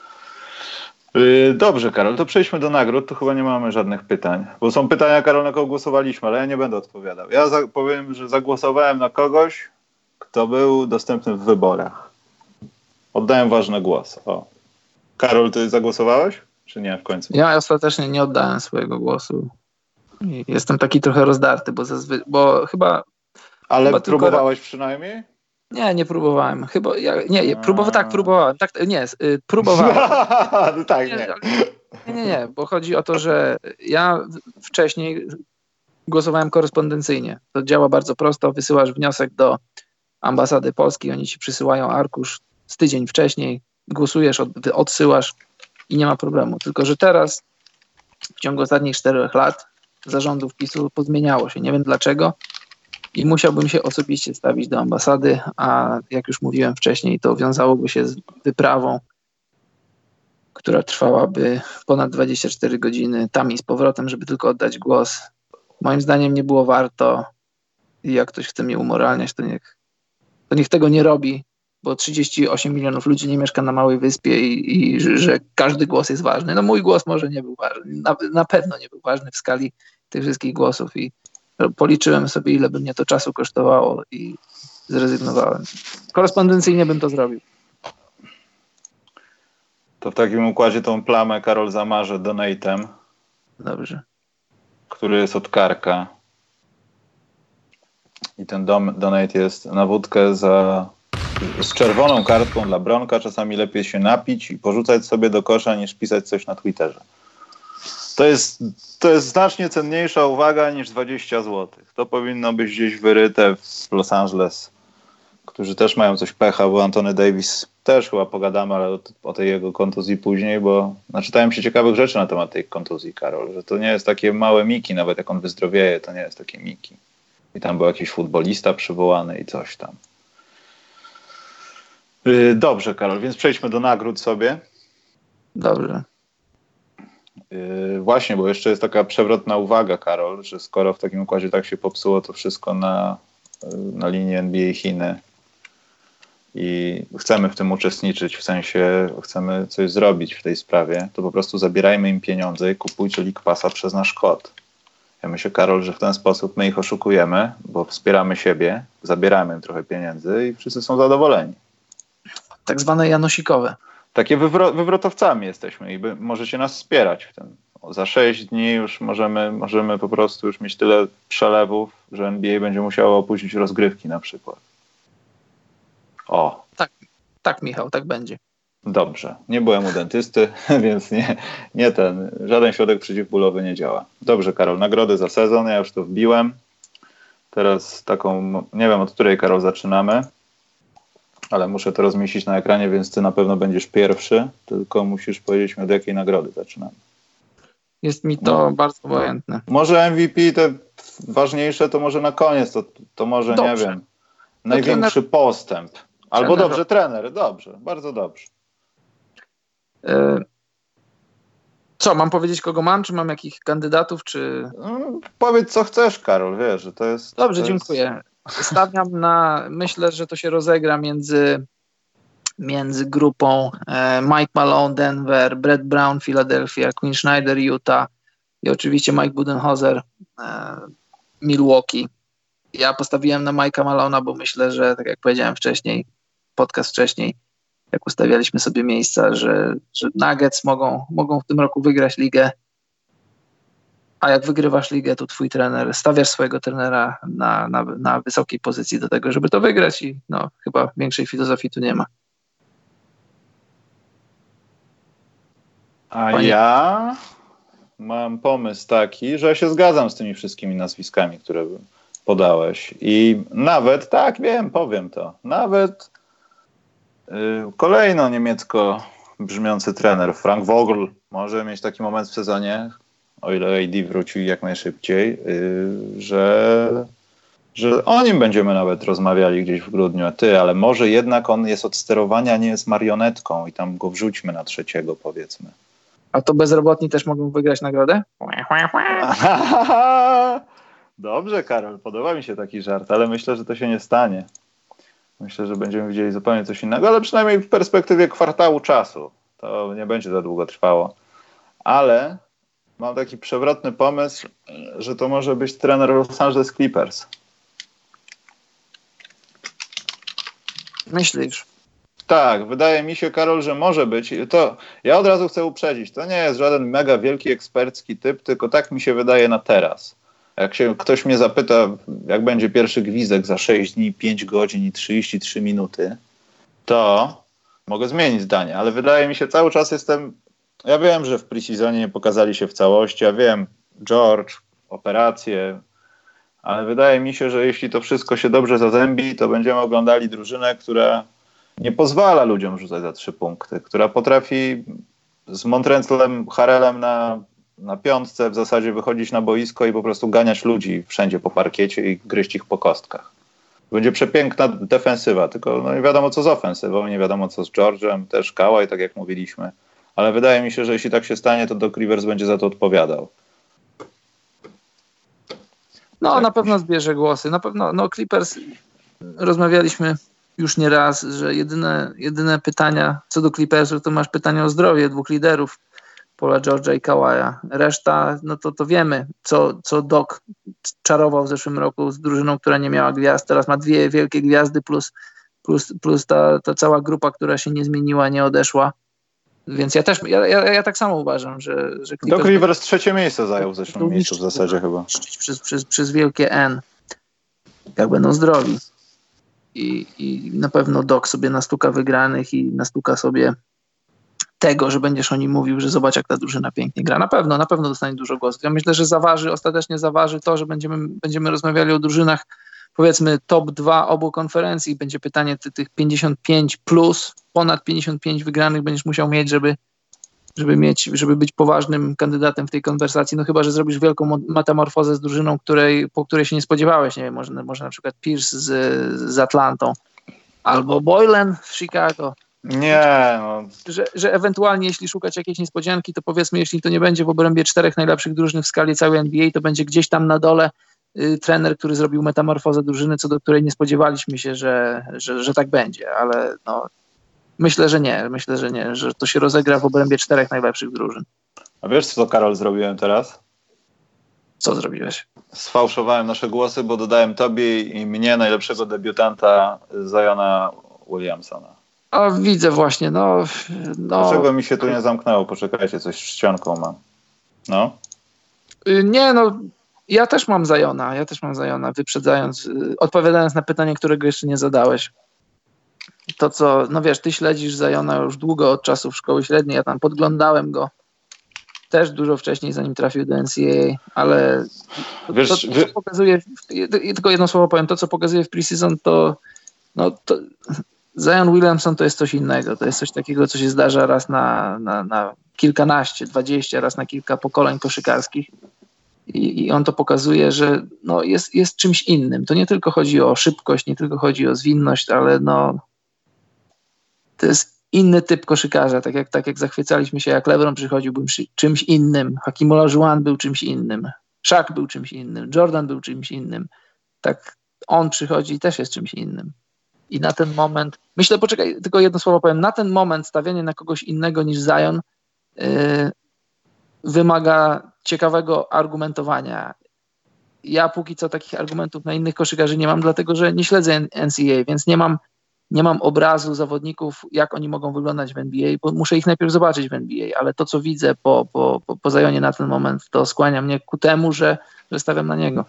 Dobrze, Karol, to przejdźmy do nagród. Tu chyba nie mamy żadnych pytań. Bo są pytania, Karol, na kogo głosowaliśmy, ale ja nie będę odpowiadał. Ja za- powiem, że zagłosowałem na kogoś, kto był dostępny w wyborach. Oddałem ważny głos. O. Karol, ty zagłosowałeś? Czy nie w końcu? Ja ostatecznie nie oddałem swojego głosu. I jestem taki trochę rozdarty, bo, zazwy- bo chyba... Ale chyba próbowałeś tylko... przynajmniej? Nie, nie próbowałem. Chyba, ja, nie, próbowa- tak, próbowałem. Tak, nie, y, próbowałem. no tak, nie. Nie, nie, nie, bo chodzi o to, że ja wcześniej głosowałem korespondencyjnie. To działa bardzo prosto. Wysyłasz wniosek do ambasady polskiej, oni ci przysyłają arkusz z tydzień wcześniej, głosujesz, od, odsyłasz i nie ma problemu. Tylko że teraz w ciągu ostatnich czterech lat zarządów PiSu pozmieniało się. Nie wiem dlaczego. I musiałbym się osobiście stawić do ambasady, a jak już mówiłem wcześniej, to wiązałoby się z wyprawą, która trwałaby ponad dwadzieścia cztery godziny tam i z powrotem, żeby tylko oddać głos. Moim zdaniem nie było warto i jak ktoś chce mnie umoralniać, to niech, to niech tego nie robi, bo trzydzieści osiem milionów ludzi nie mieszka na małej wyspie i, i że, że każdy głos jest ważny. No mój głos może nie był ważny, na, na pewno nie był ważny w skali tych wszystkich głosów i policzyłem sobie, ile by mnie to czasu kosztowało i zrezygnowałem. Korespondencyjnie bym to zrobił. To w takim układzie tą plamę, Karol, zamarzę donatem. Dobrze. Który jest od Karka. I ten dom, donate jest na wódkę za, z czerwoną kartką dla Bronka. Czasami lepiej się napić i porzucać sobie do kosza, niż pisać coś na Twitterze. To jest, to jest znacznie cenniejsza uwaga niż dwadzieścia złotych. To powinno być gdzieś wyryte w Los Angeles, którzy też mają coś pecha, bo Anthony Davis też chyba pogadamy, ale o, o tej jego kontuzji później, bo naczytałem się ciekawych rzeczy na temat tej kontuzji, Karol, że to nie jest takie małe miki, nawet jak on wyzdrowieje, to nie jest takie miki. I tam był jakiś futbolista przywołany i coś tam. Yy, dobrze, Karol, więc przejdźmy do nagród sobie. Dobrze. Yy, właśnie, bo jeszcze jest taka przewrotna uwaga, Karol, że skoro w takim układzie tak się popsuło to wszystko na, na linii N B A Chiny i chcemy w tym uczestniczyć, w sensie chcemy coś zrobić w tej sprawie, to po prostu zabierajmy im pieniądze i kupujcie League Passa przez nasz kod. Ja myślę, Karol, że w ten sposób my ich oszukujemy, bo wspieramy siebie, zabieramy im trochę pieniędzy i wszyscy są zadowoleni. Tak zwane janosikowe. Takie wywro- wywrotowcami jesteśmy i by, możecie nas wspierać w tym. O, za sześć dni już możemy, możemy po prostu już mieć tyle przelewów, że N B A będzie musiało opuścić rozgrywki na przykład. O. Tak, tak Michał, tak będzie. Dobrze. Nie byłem u dentysty, więc nie, nie ten, żaden środek przeciwbólowy nie działa. Dobrze, Karol, nagrody za sezon, ja już to wbiłem. Teraz taką, nie wiem od której, Karol, zaczynamy, ale muszę to rozmieścić na ekranie, więc ty na pewno będziesz pierwszy, tylko musisz powiedzieć mi, od jakiej nagrody zaczynamy. Jest mi to no, bardzo obojętne. Może M V P, te ważniejsze, to może na koniec, to, to może, dobrze. Nie wiem, największy trener, postęp. Albo trener. Dobrze, trener, dobrze, bardzo dobrze. Yy, co, mam powiedzieć, kogo mam, czy mam jakich kandydatów, czy... No, powiedz, co chcesz, Karol, wiesz, że to jest... Dobrze, to dziękuję. Jest... Stawiam na, myślę, że to się rozegra między, między grupą e, Mike Malone, Denver, Brett Brown, Philadelphia, Quinn Snyder, Utah i oczywiście Mike Budenholzer, e, Milwaukee. Ja postawiłem na Mike'a Malona, bo myślę, że tak jak powiedziałem wcześniej, podcast wcześniej, jak ustawialiśmy sobie miejsca, że, że Nuggets mogą, mogą w tym roku wygrać ligę. A jak wygrywasz ligę, to twój trener, stawiasz swojego trenera na, na, na wysokiej pozycji do tego, żeby to wygrać i no, chyba większej filozofii tu nie ma. A Panie... ja mam pomysł taki, że ja się zgadzam z tymi wszystkimi nazwiskami, które podałeś. I nawet, tak wiem, powiem to, nawet yy, kolejno niemiecko brzmiący trener, Frank Vogel, może mieć taki moment w sezonie, o ile A D wróci jak najszybciej, yy, że, że o nim będziemy nawet rozmawiali gdzieś w grudniu. A ty, ale może jednak on jest od sterowania, nie jest marionetką i tam go wrzućmy na trzeciego, powiedzmy. A to bezrobotni też mogą wygrać nagrodę? Dobrze, Karol, podoba mi się taki żart, ale myślę, że to się nie stanie. Myślę, że będziemy widzieli zupełnie coś innego, ale przynajmniej w perspektywie kwartału czasu. To nie będzie za długo trwało. Ale mam taki przewrotny pomysł, że to może być trener Los Angeles Clippers. Myślisz? Tak, wydaje mi się, Karol, że może być. To ja od razu chcę uprzedzić. To nie jest żaden mega wielki ekspercki typ, tylko tak mi się wydaje na teraz. Jak się ktoś mnie zapyta, jak będzie pierwszy gwizdek za sześć dni, pięć godzin i trzydzieści trzy minuty, to mogę zmienić zdanie, ale wydaje mi się, cały czas jestem... Ja wiem, że w pre-seasonie nie pokazali się w całości, ja wiem, George, operacje, ale wydaje mi się, że jeśli to wszystko się dobrze zazębi, to będziemy oglądali drużynę, która nie pozwala ludziom rzucać za trzy punkty, która potrafi z Montrezlem Harrellem na, na piątce w zasadzie wychodzić na boisko i po prostu ganiać ludzi wszędzie po parkiecie i gryźć ich po kostkach. Będzie przepiękna defensywa, tylko no nie wiadomo co z ofensywą, nie wiadomo co z George'em, też Kawhi, tak jak mówiliśmy. Ale wydaje mi się, że jeśli tak się stanie, to Doc Rivers będzie za to odpowiadał. No, tak. Na pewno zbierze głosy. Na pewno, no Clippers, rozmawialiśmy już nie raz, że jedyne, jedyne pytania co do Clippersów, to masz pytania o zdrowie dwóch liderów, Paula George'a i Kawaja. Reszta, no to, to wiemy, co, co Doc czarował w zeszłym roku z drużyną, która nie miała gwiazd. Teraz ma dwie wielkie gwiazdy plus, plus, plus ta, ta cała grupa, która się nie zmieniła, nie odeszła. Więc ja też, ja, ja, ja tak samo uważam, że... że Doc Rivers trzecie miejsce zajął w zeszłym miejscu w zasadzie chyba. Przez, przez, przez wielkie N. Jak będą zdrowi. I, I na pewno Doc sobie nastuka wygranych i nastuka sobie tego, że będziesz o nim mówił, że zobacz jak ta drużyna pięknie gra. Na pewno, na pewno dostanie dużo głosów. Ja myślę, że zaważy, ostatecznie zaważy to, że będziemy, będziemy rozmawiali o drużynach powiedzmy top dwa obu konferencji. Będzie pytanie ty, tych pięćdziesiąt pięć plus, ponad pięćdziesiąt pięć wygranych będziesz musiał mieć, żeby, żeby mieć, żeby być poważnym kandydatem w tej konwersacji. No chyba, że zrobisz wielką metamorfozę z drużyną, której, po której się nie spodziewałeś. Nie wiem, może, może na przykład Pierce z, z Atlantą albo Boylen w Chicago. Nie, no. Że, że ewentualnie jeśli szukać jakiejś niespodzianki, to powiedzmy, jeśli to nie będzie w obrębie czterech najlepszych drużyn w skali całej N B A, to będzie gdzieś tam na dole y, trener, który zrobił metamorfozę drużyny, co do której nie spodziewaliśmy się, że, że, że tak będzie, ale no, myślę, że nie, myślę, że nie, że to się rozegra w obrębie czterech najlepszych drużyn. A wiesz co, Karol, zrobiłem teraz? Co zrobiłeś? Sfałszowałem nasze głosy, bo dodałem tobie i mnie najlepszego debiutanta Ziona Williamsona. O, widzę właśnie, no, no... Dlaczego mi się tu nie zamknęło? Poczekajcie, coś z czcionką mam. No? Nie, no, ja też mam Ziona, ja też mam Ziona, wyprzedzając, odpowiadając na pytanie, którego jeszcze nie zadałeś. To co, no wiesz, ty śledzisz Ziona już długo od czasów szkoły średniej, ja tam podglądałem go też dużo wcześniej, zanim trafił do N C A A, ale to, wiesz, to, to co pokazuje, tylko jedno słowo powiem, to co pokazuje w preseason, to no to Zion Williamson to jest coś innego, to jest coś takiego, co się zdarza raz na, na, na kilkanaście, dwadzieścia, raz na kilka pokoleń koszykarskich i, i on to pokazuje, że no jest, jest czymś innym. To nie tylko chodzi o szybkość, nie tylko chodzi o zwinność, ale no to jest inny typ koszykarza, tak jak, tak jak zachwycaliśmy się, jak LeBron przychodził, był czymś innym, Hakim Olajuwon był czymś innym, Shaq był czymś innym, Jordan był czymś innym, tak on przychodzi i też jest czymś innym. I na ten moment, myślę, poczekaj, tylko jedno słowo powiem, na ten moment stawianie na kogoś innego niż Zion yy, wymaga ciekawego argumentowania. Ja póki co takich argumentów na innych koszykarzy nie mam, dlatego że nie śledzę N C A A, więc nie mam nie mam obrazu zawodników, jak oni mogą wyglądać w N B A, bo muszę ich najpierw zobaczyć w N B A, ale to, co widzę po, po, po, po Zionie na ten moment, to skłania mnie ku temu, że, że stawiam na niego.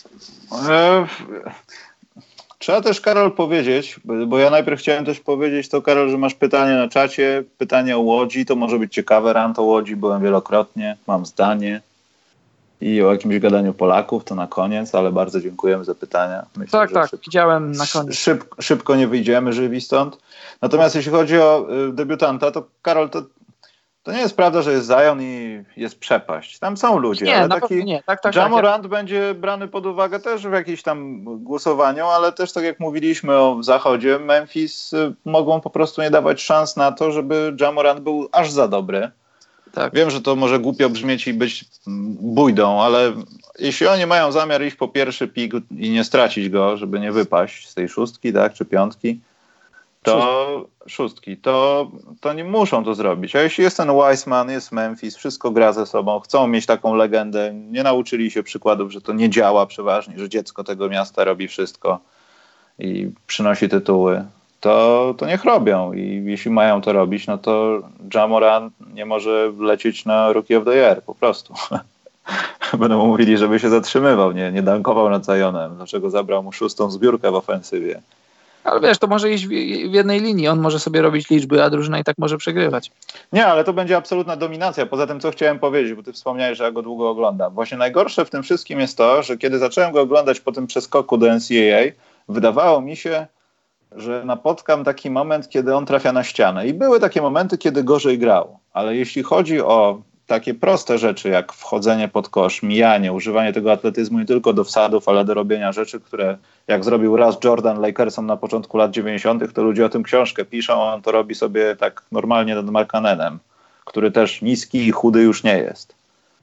E, trzeba też, Karol, powiedzieć, bo ja najpierw chciałem też powiedzieć to, Karol, że masz pytanie na czacie, pytanie o Łodzi, to może być ciekawe, rant o Łodzi, byłem wielokrotnie, mam zdanie. I o jakimś gadaniu Polaków to na koniec, ale bardzo dziękujemy za pytania. Myślę, tak, tak, szybko, widziałem na koniec. Szyb, szybko nie wyjdziemy żywi stąd. Natomiast jeśli chodzi o y, debiutanta, to Karol, to, to nie jest prawda, że jest Zion i jest przepaść. Tam są ludzie, nie, ale na taki nie. Tak, tak, Ja tak, Morant ja... będzie brany pod uwagę też w jakimś tam głosowaniu, ale też tak jak mówiliśmy o Zachodzie, Memphis y, mogą po prostu nie dawać szans na to, żeby Ja Morant był aż za dobry. Tak. Wiem, że to może głupio brzmieć i być bójdą, ale jeśli oni mają zamiar iść po pierwszy pik i nie stracić go, żeby nie wypaść z tej szóstki, tak, czy piątki, to szóstki, to, to nie muszą to zrobić. A jeśli jest ten Wiseman, jest Memphis, wszystko gra ze sobą, chcą mieć taką legendę, nie nauczyli się przykładów, że to nie działa przeważnie, że dziecko tego miasta robi wszystko i przynosi tytuły. To, to niech robią i jeśli mają to robić, no to Ja Morant nie może lecieć na Rookie of the Year, po prostu. Będą mówili, żeby się zatrzymywał, nie, nie dankował nad Zionem, dlaczego zabrał mu szóstą zbiórkę w ofensywie. Ale wiesz, to może iść w, w jednej linii, on może sobie robić liczby, a drużyna i tak może przegrywać. Nie, ale to będzie absolutna dominacja. Poza tym, co chciałem powiedzieć, bo ty wspomniałeś, że ja go długo oglądam. Właśnie najgorsze w tym wszystkim jest to, że kiedy zacząłem go oglądać po tym przeskoku do N C A A, wydawało mi się, że napotkam taki moment, kiedy on trafia na ścianę. I były takie momenty, kiedy gorzej grał. Ale jeśli chodzi o takie proste rzeczy, jak wchodzenie pod kosz, mijanie, używanie tego atletyzmu nie tylko do wsadów, ale do robienia rzeczy, które jak zrobił raz Jordan Lakersom na początku lat dziewięćdziesiątych, to ludzie o tym książkę piszą, on to robi sobie tak normalnie nad Markkanenem, który też niski i chudy już nie jest.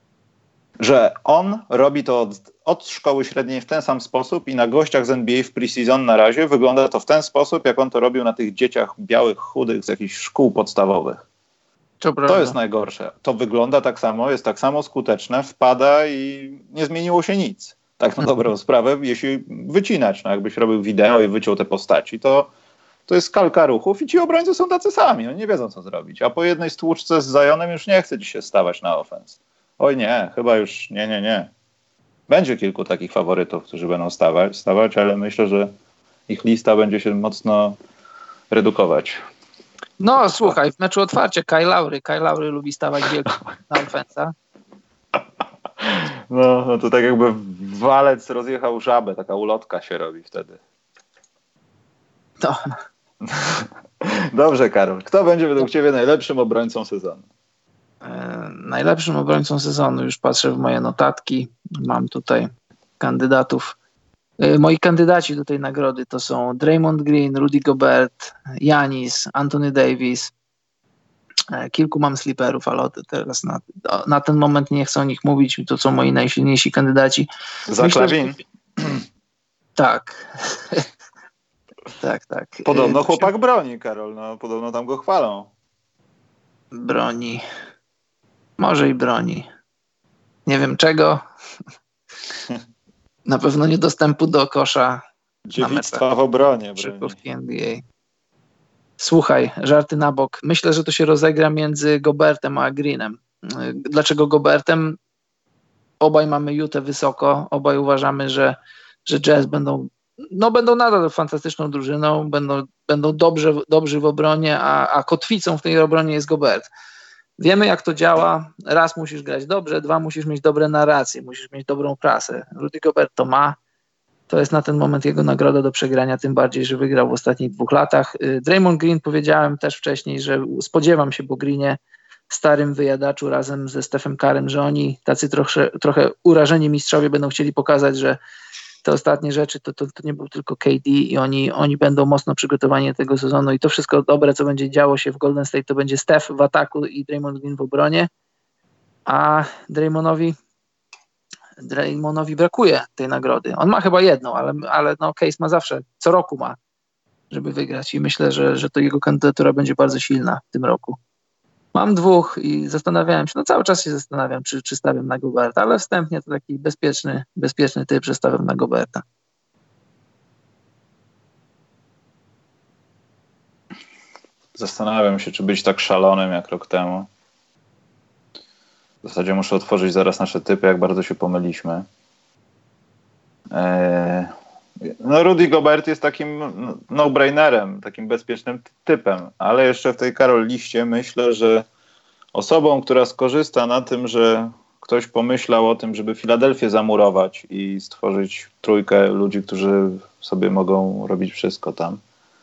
Że on robi to od, od szkoły średniej w ten sam sposób i na gościach z N B A w preseason na razie wygląda to w ten sposób, jak on to robił na tych dzieciach białych, chudych z jakichś szkół podstawowych. To, to jest najgorsze. To wygląda tak samo, jest tak samo skuteczne, wpada i nie zmieniło się nic. Tak na dobrą sprawę, jeśli wycinać, no jakbyś robił wideo i wyciął te postaci, to, to jest kalka ruchów i ci obrońcy są tacy sami, oni nie wiedzą co zrobić. A po jednej stłuczce z Zionem już nie chce ci się stawać na ofens. Oj nie, chyba już nie, nie, nie. Będzie kilku takich faworytów, którzy będą stawać, stawać, ale myślę, że ich lista będzie się mocno redukować. No słuchaj, w meczu otwarcie Kyle Lowry. Kyle Lowry lubi stawać wielko na ofensa. No, no to tak jakby walec rozjechał żabę, taka ulotka się robi wtedy. To. Dobrze, Karol. Kto będzie według ciebie najlepszym obrońcą sezonu? Najlepszym obrońcą sezonu, już patrzę w moje notatki, mam tutaj kandydatów. Moi kandydaci do tej nagrody to są Draymond Green, Rudy Gobert, Giannis, Anthony Davis. Kilku mam sleeperów, ale teraz na, na ten moment nie chcę o nich mówić, to są moi najsilniejsi kandydaci. Zach LaVine. Tak. tak, tak. Podobno chłopak broni, Karol, no podobno tam go chwalą. Broni. Może i broni. Nie wiem czego. Na pewno nie dostępu do kosza. Dziewictwa w obronie. N B A. Słuchaj, żarty na bok. Myślę, że to się rozegra między Gobertem a Greenem. Dlaczego Gobertem? Obaj mamy Utah wysoko. Obaj uważamy, że, że Jazz będą, no będą nadal fantastyczną drużyną. Będą, będą dobrze, dobrzy w obronie, a, a kotwicą w tej obronie jest Gobert. Wiemy, jak to działa. Raz musisz grać dobrze, dwa musisz mieć dobre narracje, musisz mieć dobrą prasę. Rudy Gobert to ma. To jest na ten moment jego nagroda do przegrania, tym bardziej, że wygrał w ostatnich dwóch latach. Draymond Green, powiedziałem też wcześniej, że spodziewam się po Greenie, starym wyjadaczu razem ze Stephem Currym, że oni, tacy trochę, trochę urażeni mistrzowie, będą chcieli pokazać, że te ostatnie rzeczy to, to, to nie był tylko K D i oni, oni będą mocno przygotowani do tego sezonu i to wszystko dobre, co będzie działo się w Golden State, to będzie Steph w ataku i Draymond Green w obronie, a Draymondowi Draymondowi brakuje tej nagrody. On ma chyba jedną, ale, ale no Case ma zawsze, co roku ma, żeby wygrać i myślę, że, że to jego kandydatura będzie bardzo silna w tym roku. Mam dwóch i zastanawiałem się, no cały czas się zastanawiam, czy, czy stawiam na Goberta, ale wstępnie to taki bezpieczny, bezpieczny typ, że stawiam na Goberta. Zastanawiam się, czy być tak szalonym jak rok temu. W zasadzie muszę otworzyć zaraz nasze typy, jak bardzo się pomyliśmy. Eee, no Rudy Gobert jest takim no-brainerem, takim bezpiecznym typem, ale jeszcze w tej Karol liście myślę, że osobą, która skorzysta na tym, że ktoś pomyślał o tym, żeby Filadelfię zamurować i stworzyć trójkę ludzi, którzy sobie mogą robić wszystko tam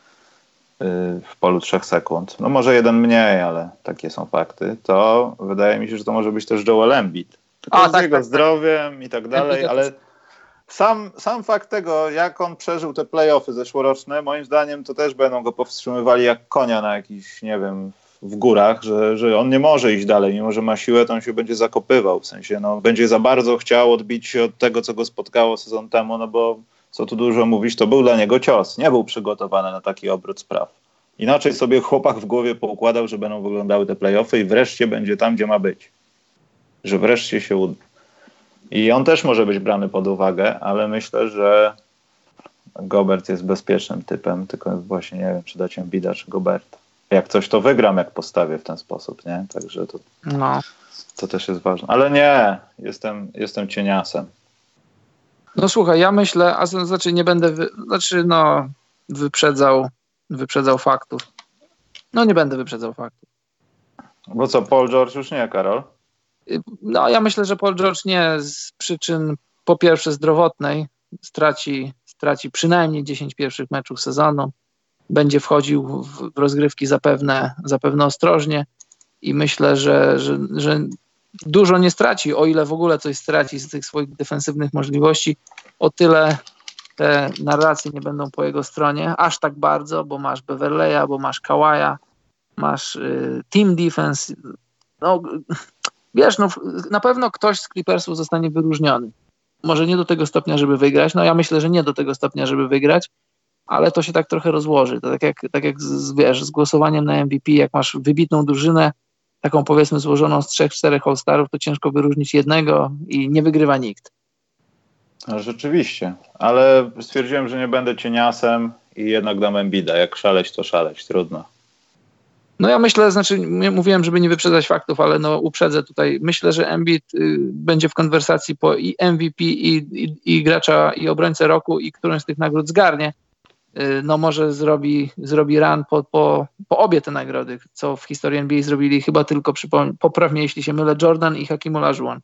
w polu trzech sekund. No może jeden mniej, ale takie są fakty. To wydaje mi się, że to może być też Joel Embiid. Tylko A, z tak, jego tak, zdrowiem i tak dalej, Embiid ale sam, sam fakt tego, jak on przeżył te play-offy zeszłoroczne, moim zdaniem to też będą go powstrzymywali jak konia na jakiś, nie wiem, w górach, że, że on nie może iść dalej, mimo że ma siłę, to on się będzie zakopywał, w sensie no, będzie za bardzo chciał odbić się od tego, co go spotkało sezon temu, no bo co tu dużo mówić, to był dla niego cios, nie był przygotowany na taki obrót spraw. Inaczej sobie chłopak w głowie poukładał, że będą wyglądały te play-offy i wreszcie będzie tam, gdzie ma być. Że wreszcie się uda. I on też może być brany pod uwagę, ale myślę, że Gobert jest bezpiecznym typem, tylko właśnie nie wiem, czy dać Embida, czy Goberta. Jak coś, to wygram, jak postawię w ten sposób, nie? Także to, no. to też jest ważne. Ale nie, jestem, jestem cieniasem. No słuchaj, ja myślę, a z- znaczy nie będę, wy, znaczy no wyprzedzał, wyprzedzał faktów. No nie będę wyprzedzał faktów. Bo co, Paul George już nie, Karol? Y, No ja myślę, że Paul George nie z przyczyn po pierwsze zdrowotnej straci, straci przynajmniej dziesięć pierwszych meczów sezonu. Będzie wchodził w, w rozgrywki zapewne, zapewne ostrożnie i myślę, że, że, że dużo nie straci, o ile w ogóle coś straci z tych swoich defensywnych możliwości, o tyle te narracje nie będą po jego stronie aż tak bardzo, bo masz Beverleya, bo masz Kawaja, masz y, team defense. No, wiesz, no, na pewno ktoś z Clippersów zostanie wyróżniony. Może nie do tego stopnia, żeby wygrać. No ja myślę, że nie do tego stopnia, żeby wygrać, ale to się tak trochę rozłoży. To tak jak, tak jak z, wiesz, z głosowaniem na M V P, jak masz wybitną drużynę, taką powiedzmy złożoną z trzech, czterech All-Starów, to ciężko wyróżnić jednego i nie wygrywa nikt. No, rzeczywiście, ale stwierdziłem, że nie będę cieniasem i jednak dam Embida. Jak szaleć, to szaleć, trudno. No ja myślę, znaczy mówiłem, żeby nie wyprzedzać faktów, ale no uprzedzę tutaj. Myślę, że Embiid y, będzie w konwersacji po i M V P i, i, i gracza i obrońcę roku i którąś z tych nagród zgarnie. Y, no może zrobi, zrobi run po, po, po obie te nagrody, co w historii N B A zrobili chyba tylko, przypom- poprawnie jeśli się mylę, Jordan i Hakim Olajuwon.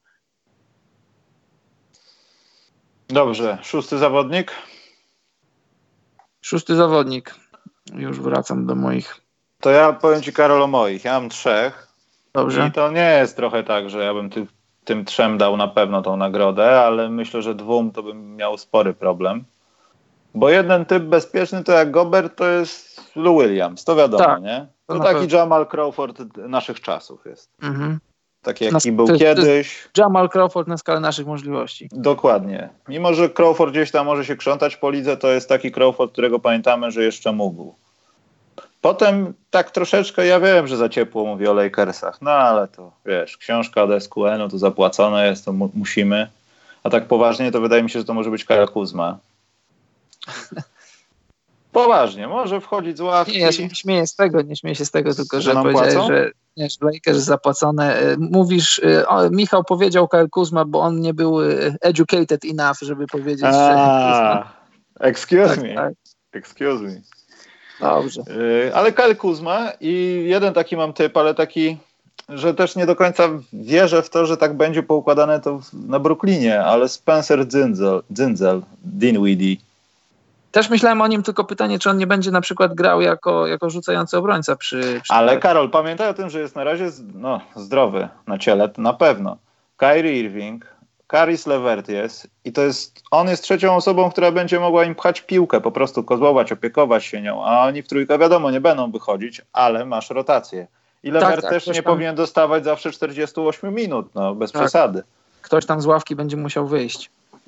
Dobrze, szósty zawodnik? Szósty zawodnik. Już wracam do moich. To ja powiem ci, Karol, o moich. Ja mam trzech. Dobrze. I to nie jest trochę tak, że ja bym ty, tym trzem dał na pewno tą nagrodę, ale myślę, że dwóm to bym miał spory problem. Bo jeden typ bezpieczny to jak Gobert to jest Lou Williams, to wiadomo, Tak, nie? to To na taki pewno. Jamal Crawford naszych czasów jest. Mhm. Taki Na- jaki był to jest- to kiedyś. Jamal Crawford na skalę naszych możliwości. Dokładnie. Mimo, że Crawford gdzieś tam może się krzątać po lidze, to jest taki Crawford, którego pamiętamy, że jeszcze mógł. Potem tak troszeczkę, ja wiem, że za ciepło mówię o Lakersach, no ale to wiesz, książka od S Q N, to zapłacone jest, to mu- musimy. A tak poważnie to wydaje mi się, że to może być Kyle Kuzma. Poważnie, może wchodzić z ławki. Nie, ja się nie śmieję z tego, nie śmieję się z tego, tylko Że że nam powiedziałeś, płacą? że, nie, że Lakers zapłacone. Y, Mówisz, y, o, Michał powiedział Kyle Kuzma, bo on nie był y, educated enough, żeby powiedzieć, że A, excuse Tak, me. tak. Excuse me. Dobrze. Yy, ale Kyle Kuzma i jeden taki mam typ, ale taki, że też nie do końca wierzę w to, że tak będzie poukładane to w, na Brooklynie, ale Spencer Dzynzel, Dzynzel Dinwiddie. Też myślałem o nim, tylko pytanie, czy on nie będzie na przykład grał jako, jako rzucający obrońca przy... przy Ale Karol, pamiętaj o tym, że jest na razie no, zdrowy na ciele, to na pewno. Kyrie Irving, Caris LeVert jest i to jest, on jest trzecią osobą, która będzie mogła im pchać piłkę, po prostu kozłować, opiekować się nią, a oni w trójkę wiadomo nie będą wychodzić, ale masz rotację. I LeVert tak, też ktoś nie tam- powinien dostawać zawsze czterdzieści osiem minut, no bez Tak. przesady. Ktoś tam z ławki będzie musiał wyjść.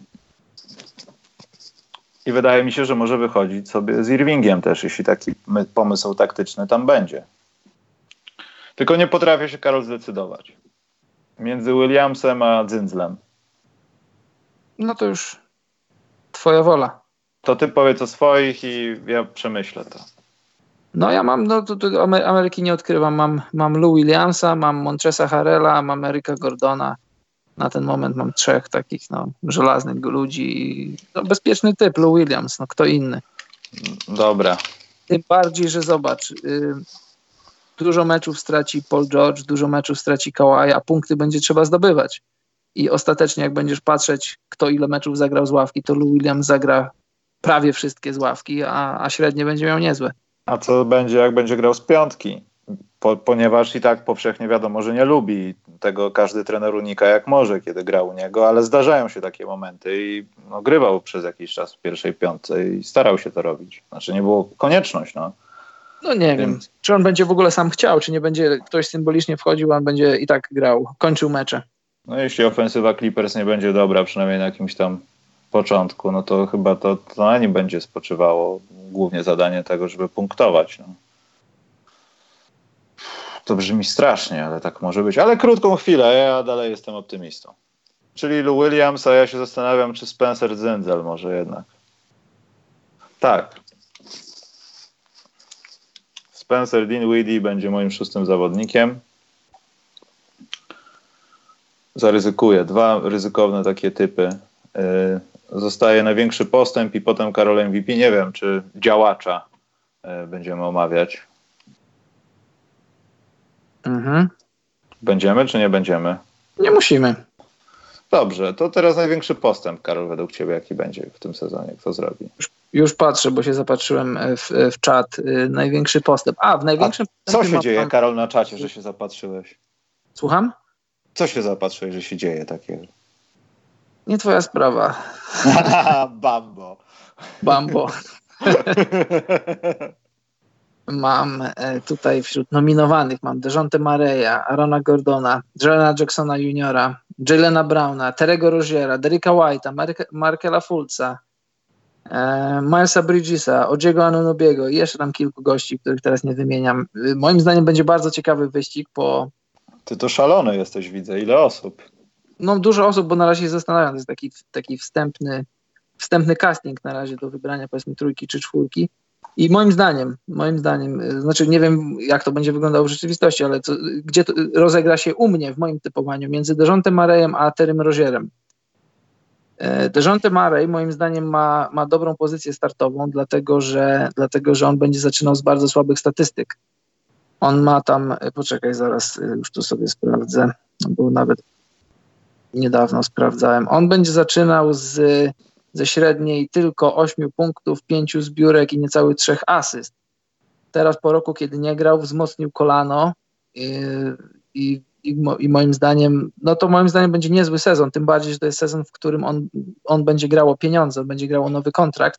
I wydaje mi się, że może wychodzić sobie z Irvingiem też, jeśli taki my- pomysł taktyczny tam będzie. Tylko nie potrafię się, Karol, zdecydować. Między Williamsem a Dzyndzlem. No to już twoja wola. To ty powiedz o swoich i ja przemyślę to. No ja mam, no to, to Ameryki nie odkrywam, mam, mam Lou Williamsa, mam Montresa Harrella, mam Erika Gordona. Na ten moment mam trzech takich no, żelaznych ludzi. No, bezpieczny typ, Lou Williams, no kto inny. Dobra. Tym bardziej, że zobacz, y, dużo meczów straci Paul George, dużo meczów straci Kawhi, a punkty będzie trzeba zdobywać. I ostatecznie jak będziesz patrzeć, kto ile meczów zagrał z ławki, to Lou Williams zagra prawie wszystkie z ławki, a, a średnie będzie miał niezłe. A co będzie, jak będzie grał z piątki? Po, ponieważ i tak powszechnie wiadomo, że nie lubi tego każdy trener unika jak może, kiedy gra u niego, ale zdarzają się takie momenty i no, grywał przez jakiś czas w pierwszej piątce i starał się to robić. Znaczy nie było konieczność, no. No nie wiem, czy on będzie w ogóle sam chciał, czy nie będzie ktoś symbolicznie wchodził, a on będzie i tak grał, kończył mecze. No jeśli ofensywa Clippers nie będzie dobra, przynajmniej na jakimś tam początku, no to chyba to, to na nim będzie spoczywało głównie zadanie tego, żeby punktować. No. To brzmi strasznie, ale tak może być. Ale krótką chwilę, ja dalej jestem optymistą. Czyli Lou Williams, a ja się zastanawiam, czy Spencer Zyndzel może jednak. Tak. Spencer Dinwiddie będzie moim szóstym zawodnikiem. Zaryzykuję. Dwa ryzykowne takie typy. Yy, zostaje największy postęp i potem Karol M V P. Nie wiem, czy działacza yy, będziemy omawiać. Mhm. Będziemy, czy nie będziemy? Nie musimy. Dobrze, to teraz największy postęp, Karol, według ciebie, jaki będzie w tym sezonie? Kto zrobi? Już, już patrzę, bo się zapatrzyłem w, w czat. Yy, największy postęp. A, w największym A co się mam... dzieje, Karol, na czacie, że się zapatrzyłeś? Słucham? Co się zapatrzyłeś, że się dzieje takiego? Nie twoja sprawa. Bambo. Bambo. Mam tutaj wśród nominowanych mam Dejounte Murray'a, Aarona Gordona, Jarena Jacksona juniora, Jalena Browna, Terry'ego Roziera, Derricka White'a, Mark- Markela Fultza, e, Milesa Bridgesa, Ojiego Anunobiego i jeszcze tam kilku gości, których teraz nie wymieniam. Moim zdaniem będzie bardzo ciekawy wyścig, bo Ty to szalony jesteś, widzę. Ile osób? No dużo osób, bo na razie się zastanawiam, to jest taki, taki wstępny, wstępny casting na razie do wybrania powiedzmy trójki czy czwórki. I moim zdaniem, moim zdaniem, znaczy nie wiem jak to będzie wyglądało w rzeczywistości, ale co, gdzie to rozegra się u mnie w moim typowaniu między Dejounte Murrayem a Terrym Rozierem. Dejounte Murray moim zdaniem ma, ma dobrą pozycję startową, dlatego że, dlatego że on będzie zaczynał z bardzo słabych statystyk. On ma tam, poczekaj zaraz, już tu sobie sprawdzę, bo nawet niedawno sprawdzałem. On będzie zaczynał z, ze średniej tylko ośmiu punktów, pięciu zbiórek i niecały trzech asyst. Teraz po roku, kiedy nie grał, wzmocnił kolano i, i, i, mo, i moim zdaniem, no to moim zdaniem będzie niezły sezon, tym bardziej, że to jest sezon, w którym on, on będzie grał o pieniądze, on będzie grał o nowy kontrakt.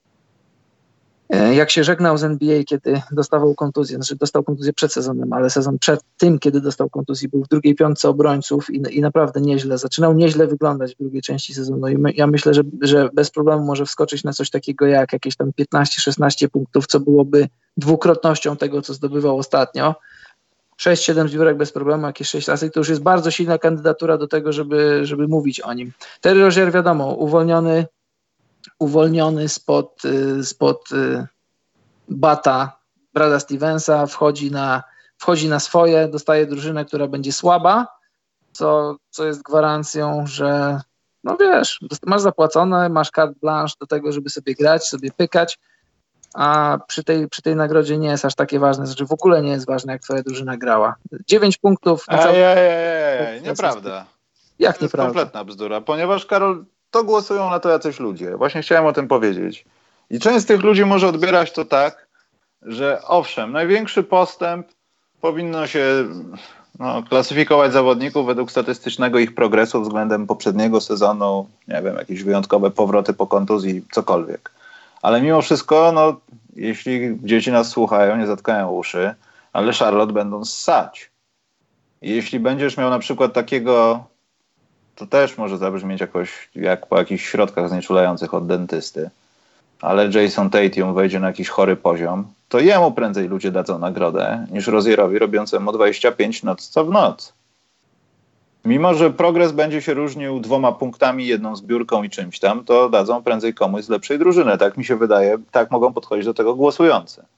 Jak się żegnał z N B A, kiedy dostawał kontuzję, znaczy dostał kontuzję przed sezonem, ale sezon przed tym, kiedy dostał kontuzję, był w drugiej piątce obrońców i, i naprawdę nieźle, zaczynał nieźle wyglądać w drugiej części sezonu i my, ja myślę, że, że bez problemu może wskoczyć na coś takiego jak jakieś tam piętnaście szesnaście punktów, co byłoby dwukrotnością tego, co zdobywał ostatnio. sześć siedem zbiórek bez problemu, jakieś sześć lasy, to już jest bardzo silna kandydatura do tego, żeby, żeby mówić o nim. Terry Rozier, wiadomo, uwolniony uwolniony spod, spod bata Brada Stevensa, wchodzi na, wchodzi na swoje, dostaje drużynę, która będzie słaba, co, co jest gwarancją, że no wiesz, masz zapłacone, masz carte blanche do tego, żeby sobie grać, sobie pykać, a przy tej, przy tej nagrodzie nie jest aż takie ważne, znaczy w ogóle nie jest ważne, jak twoja drużyna grała. dziewięć punktów. Ej, ej, ej, ej, nieprawda. Jak to jest nieprawda? Kompletna bzdura, ponieważ Karol, to głosują na to jacyś ludzie. Właśnie chciałem o tym powiedzieć. I część z tych ludzi może odbierać to tak, że owszem, największy postęp powinno się no, klasyfikować zawodników według statystycznego ich progresu względem poprzedniego sezonu, nie wiem, jakieś wyjątkowe powroty po kontuzji, cokolwiek. Ale mimo wszystko, no, jeśli dzieci nas słuchają, nie zatkają uszy, ale Charlotte będą ssać. I jeśli będziesz miał na przykład takiego, to też może zabrzmieć jakoś jak po jakichś środkach znieczulających od dentysty, ale Jason Tatum wejdzie na jakiś chory poziom, to jemu prędzej ludzie dadzą nagrodę niż Rozierowi robiącemu dwadzieścia pięć noc co w noc. Mimo że progres będzie się różnił dwoma punktami, jedną zbiórką i czymś tam, to dadzą prędzej komuś z lepszej drużyny. Tak mi się wydaje, tak mogą podchodzić do tego głosujący.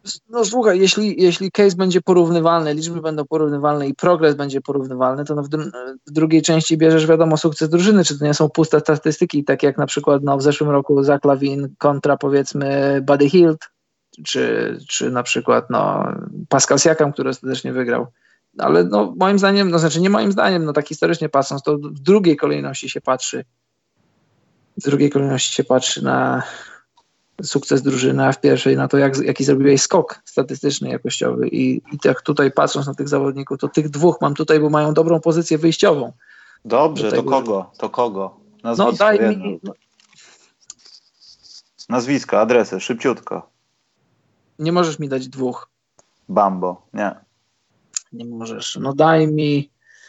No słuchaj, jeśli, jeśli case będzie porównywalny, liczby będą porównywalne i progres będzie porównywalny, to no w, dru- w drugiej części bierzesz, wiadomo, sukces drużyny, czy to nie są puste statystyki, tak jak na przykład no, w zeszłym roku Zach Lavin kontra powiedzmy Buddy Hield, czy, czy na przykład no, Pascal Siakam, który ostatecznie wygrał. Ale no, moim zdaniem, no znaczy nie moim zdaniem, no tak historycznie patrząc, to w drugiej kolejności się patrzy, w drugiej kolejności się patrzy na sukces drużyny, a w pierwszej na to, jak, jaki zrobiłeś skok statystyczny, jakościowy. I, i tak tutaj patrząc na tych zawodników, to tych dwóch mam tutaj, bo mają dobrą pozycję wyjściową. Dobrze, to kogo? To kogo? Nazwisko no daj jedno. mi... No. Nazwiska, adresy, szybciutko. Nie możesz mi dać dwóch. Bambo, nie. Nie możesz. No daj mi...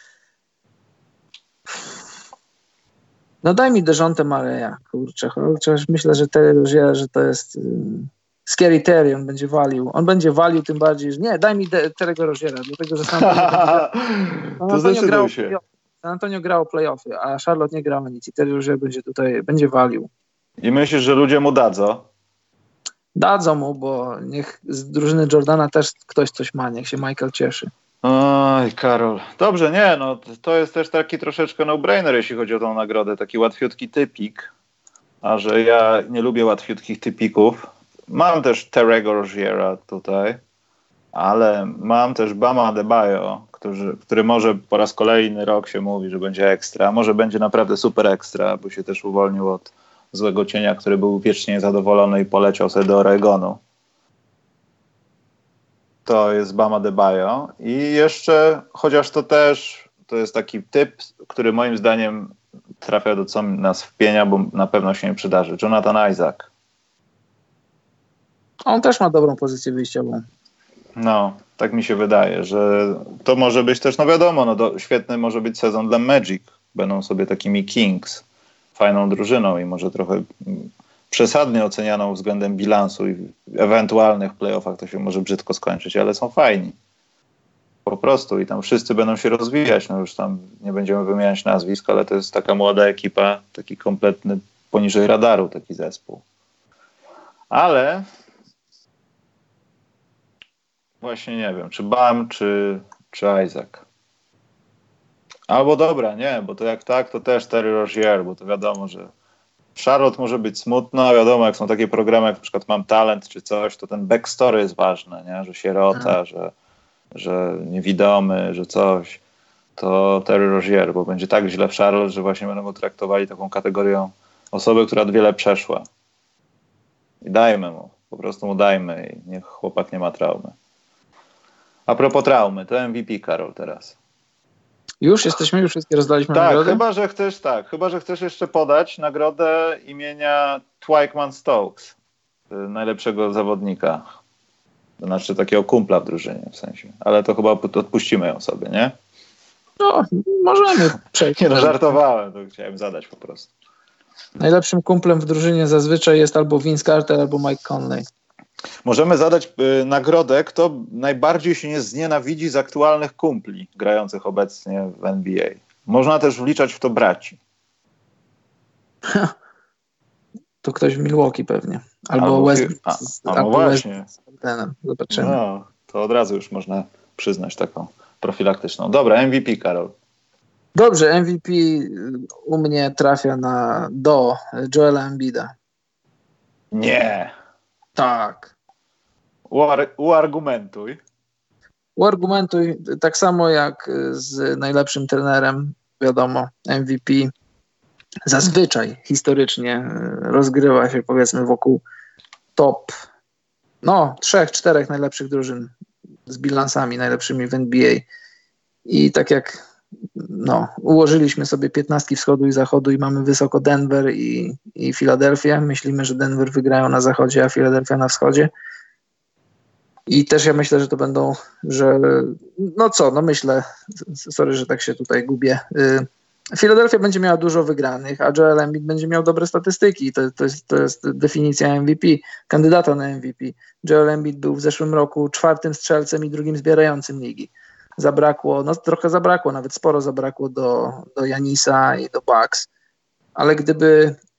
No daj mi Dejounte Murray'a, kurczę, chociaż myślę, że Terry Rozier, że to jest um, Scary Terry, on będzie walił. On będzie walił tym bardziej, że nie, daj mi de- Terry'ego Roziera, dlatego, że San Antonio, to zdecyduj się. San Antonio grało playoffy, a Charlotte nie grało nic i Terry Rozier będzie tutaj, będzie walił. I myślisz, że ludzie mu dadzą? Dadzą mu, bo niech z drużyny Jordana też ktoś coś ma, niech się Michael cieszy. Oj, Karol. Dobrze, nie, no to jest też taki troszeczkę no-brainer, jeśli chodzi o tą nagrodę. Taki łatwiutki typik, a że ja nie lubię łatwiutkich typików. Mam też Terry'ego Roziera tutaj, ale mam też Bama Adebayo, który, który może po raz kolejny rok się mówi, że będzie ekstra. Może będzie naprawdę super ekstra, bo się też uwolnił od złego cienia, który był wiecznie niezadowolony i poleciał sobie do Oregonu. To jest Bam Adebayo. I jeszcze, chociaż to też to jest taki typ, który moim zdaniem trafia do co nas wpienia, bo na pewno się nie przydarzy. Jonathan Isaac. On też ma dobrą pozycję wyjściową. No, tak mi się wydaje, że to może być też, no wiadomo, no do, świetny może być sezon dla Magic. Będą sobie takimi Kings, fajną drużyną i może trochę przesadnie ocenianą względem bilansu i w ewentualnych playoffach to się może brzydko skończyć, ale są fajni. Po prostu i tam wszyscy będą się rozwijać, no już tam nie będziemy wymieniać nazwisk, ale to jest taka młoda ekipa, taki kompletny poniżej radaru taki zespół. Ale właśnie nie wiem, czy Bam, czy, czy Isaac. Albo dobra, nie, bo to jak tak, to też Terry Rozier, bo to wiadomo, że Charlotte może być smutno, a wiadomo, jak są takie programy, jak na przykład Mam Talent czy coś, to ten backstory jest ważny, nie? Że sierota, hmm. że, że niewidomy, że coś. To Terry Rozier, bo będzie tak źle w Charlotte, że właśnie będą go traktowali taką kategorią osoby, która wiele przeszła. I dajmy mu, po prostu mu dajmy i niech chłopak nie ma traumy. A propos traumy, to M V P, Karol, teraz. Już jesteśmy, już wszystkie rozdaliśmy tak, nagrody? chyba, że chcesz, tak, chyba, że chcesz jeszcze podać nagrodę imienia Twykeman Stokes, najlepszego zawodnika. To znaczy takiego kumpla w drużynie w sensie. Ale to chyba odpuścimy ją sobie, nie? No, możemy przejść. Nie, no żartowałem, to chciałem zadać po prostu. Najlepszym kumplem w drużynie zazwyczaj jest albo Vince Carter, albo Mike Conley. Możemy zadać y, nagrodę, kto najbardziej się nie znienawidzi z aktualnych kumpli grających obecnie w N B A. Można też wliczać w to braci. To ktoś w Milwaukee pewnie. Albo, albo West. A, a no albo właśnie. West Zobaczymy. No, to od razu już można przyznać taką profilaktyczną. Dobra, M V P, Karol. Dobrze, M V P u mnie trafia na do Joela Embida. Nie. Tak. Uar- uargumentuj. Uargumentuj tak samo jak z najlepszym trenerem, wiadomo, M V P zazwyczaj historycznie rozgrywa się powiedzmy wokół top no trzech, czterech najlepszych drużyn z bilansami najlepszymi w N B A. I tak jak no, ułożyliśmy sobie piętnastki wschodu i zachodu i mamy wysoko Denver i, i Filadelfię. Myślimy, że Denver wygrają na zachodzie, a Filadelfia na wschodzie. I też ja myślę, że to będą, że no co, no myślę, sorry, że tak się tutaj gubię. Filadelfia będzie miała dużo wygranych, a Joel Embiid będzie miał dobre statystyki. To, to, jest, to jest definicja M V P, kandydata na M V P. Joel Embiid był w zeszłym roku czwartym strzelcem i drugim zbierającym ligi. Zabrakło, no trochę zabrakło, nawet sporo zabrakło do, do Janisa i do Bucks, ale gdyby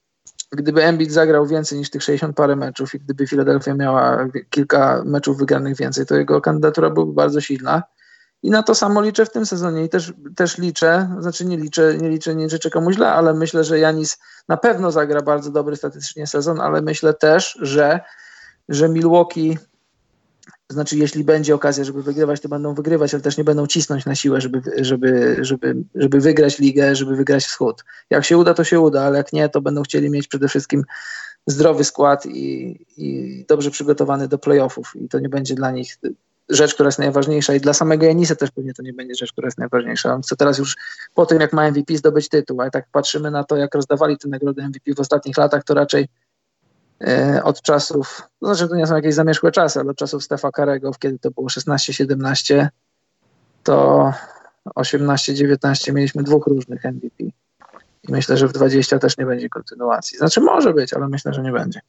gdyby Embiid zagrał więcej niż tych sześćdziesiąt parę meczów i gdyby Philadelphia miała kilka meczów wygranych więcej, to jego kandydatura byłaby bardzo silna. I na to samo liczę w tym sezonie i też, też liczę, znaczy nie liczę, nie liczę, nie życzę komuś źle, ale myślę, że Giannis na pewno zagra bardzo dobry statystycznie sezon, ale myślę też, że, że Milwaukee, znaczy jeśli będzie okazja, żeby wygrywać, to będą wygrywać, ale też nie będą cisnąć na siłę, żeby, żeby, żeby, żeby wygrać ligę, żeby wygrać wschód. Jak się uda, to się uda, ale jak nie, to będą chcieli mieć przede wszystkim zdrowy skład i, i dobrze przygotowany do playoffów i to nie będzie dla nich rzecz, która jest najważniejsza i dla samego Giannisa też pewnie to nie będzie rzecz, która jest najważniejsza. On chce teraz już po tym, jak ma M V P, zdobyć tytuł, a jak tak patrzymy na to, jak rozdawali te nagrody M V P w ostatnich latach, to raczej e, od czasów, to znaczy to nie są jakieś zamierzchłe czasy, ale od czasów Stefa Curry'ego, kiedy to było szesnaście siedemnaście, to osiemnaście dziewiętnaście mieliśmy dwóch różnych M V P. I myślę, że w dwadzieścia też nie będzie kontynuacji. Znaczy może być, ale myślę, że nie będzie.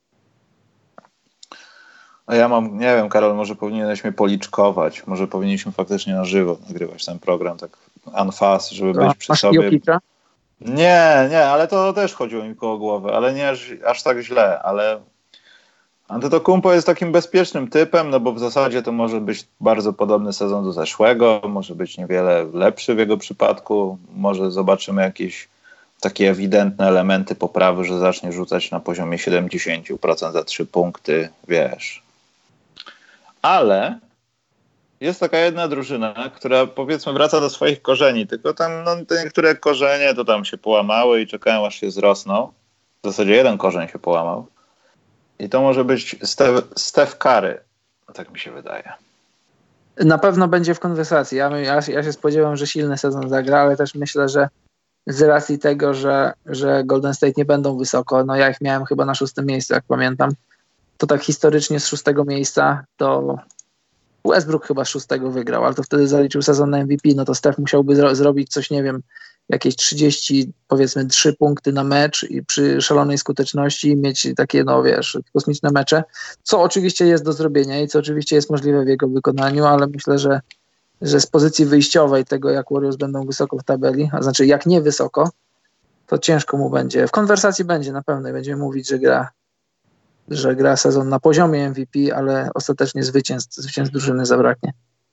A ja mam, nie wiem, Karol, może powinieneś mnie policzkować, może powinniśmy faktycznie na żywo nagrywać ten program, tak unfast, żeby to być przy masz sobie. Jokicza? Nie, nie, ale to też chodziło mi koło głowy, ale nie aż, aż tak źle, ale Antetokounmpo jest takim bezpiecznym typem, no bo w zasadzie to może być bardzo podobny sezon do zeszłego, może być niewiele lepszy w jego przypadku, może zobaczymy jakieś takie ewidentne elementy poprawy, że zacznie rzucać na poziomie siedemdziesiąt procent za trzy punkty, wiesz. Ale jest taka jedna drużyna, która powiedzmy wraca do swoich korzeni, tylko tam no, te niektóre korzenie to tam się połamały i czekają aż się zrosną. W zasadzie jeden korzeń się połamał. I to może być Steph, Steph Curry, tak mi się wydaje. Na pewno będzie w konwersacji. Ja, ja, ja się spodziewam, że silny sezon zagra, ale też myślę, że z racji tego, że, że Golden State nie będą wysoko, no ja ich miałem chyba na szóstym miejscu, jak pamiętam, to tak historycznie z szóstego miejsca to Westbrook chyba z szóstego wygrał, ale to wtedy zaliczył sezon na M V P, no to Steph musiałby zro- zrobić coś, nie wiem, jakieś trzydzieści, powiedzmy trzy punkty na mecz i przy szalonej skuteczności mieć takie, no wiesz, kosmiczne mecze, co oczywiście jest do zrobienia i co oczywiście jest możliwe w jego wykonaniu, ale myślę, że, że z pozycji wyjściowej tego, jak Warriors będą wysoko w tabeli, a znaczy jak nie wysoko, to ciężko mu będzie. W konwersacji będzie na pewno i będziemy mówić, że gra że gra sezon na poziomie M V P, ale ostatecznie zwycięstw, zwycięstw drużyny zabraknie.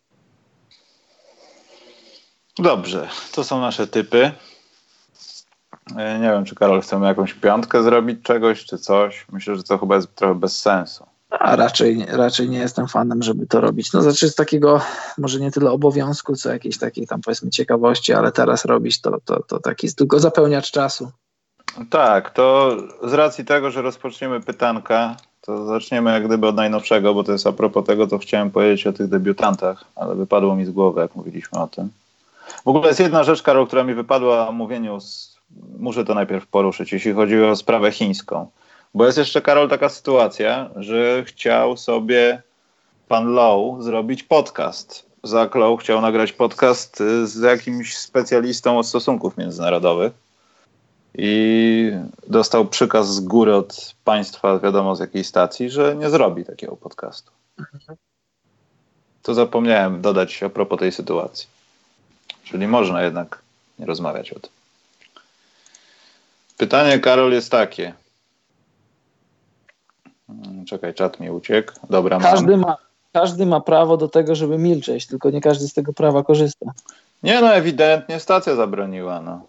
Dobrze, to są nasze typy. Nie wiem, czy Karol chcemy jakąś piątkę zrobić czegoś, czy coś. Myślę, że to chyba jest trochę bez sensu. A raczej, raczej nie jestem fanem, żeby to robić. No znaczy z takiego, może nie tyle obowiązku, co jakiejś takiej tam powiedzmy ciekawości, ale teraz robić to, to, to taki tylko zapełniacz czasu. Tak, to z racji tego, że rozpoczniemy pytanka, to zaczniemy jak gdyby od najnowszego, bo to jest a propos tego, co chciałem powiedzieć o tych debiutantach, ale wypadło mi z głowy, jak mówiliśmy o tym. W ogóle jest jedna rzecz, Karol, która mi wypadła w mówieniu, z... muszę to najpierw poruszyć, jeśli chodzi o sprawę chińską. Bo jest jeszcze, Karol, taka sytuacja, że chciał sobie pan Low zrobić podcast. Zach Lowe chciał nagrać podcast z jakimś specjalistą od stosunków międzynarodowych. I dostał przykaz z góry od państwa, wiadomo z jakiej stacji, że nie zrobi takiego podcastu. To zapomniałem dodać a propos tej sytuacji. Czyli można jednak nie rozmawiać o tym. Pytanie, Karol, jest takie. Czekaj, czat mi uciekł. Dobra, każdy mam. ma, każdy ma prawo do tego, żeby milczeć, tylko nie każdy z tego prawa korzysta. Nie, no ewidentnie stacja zabroniła, no.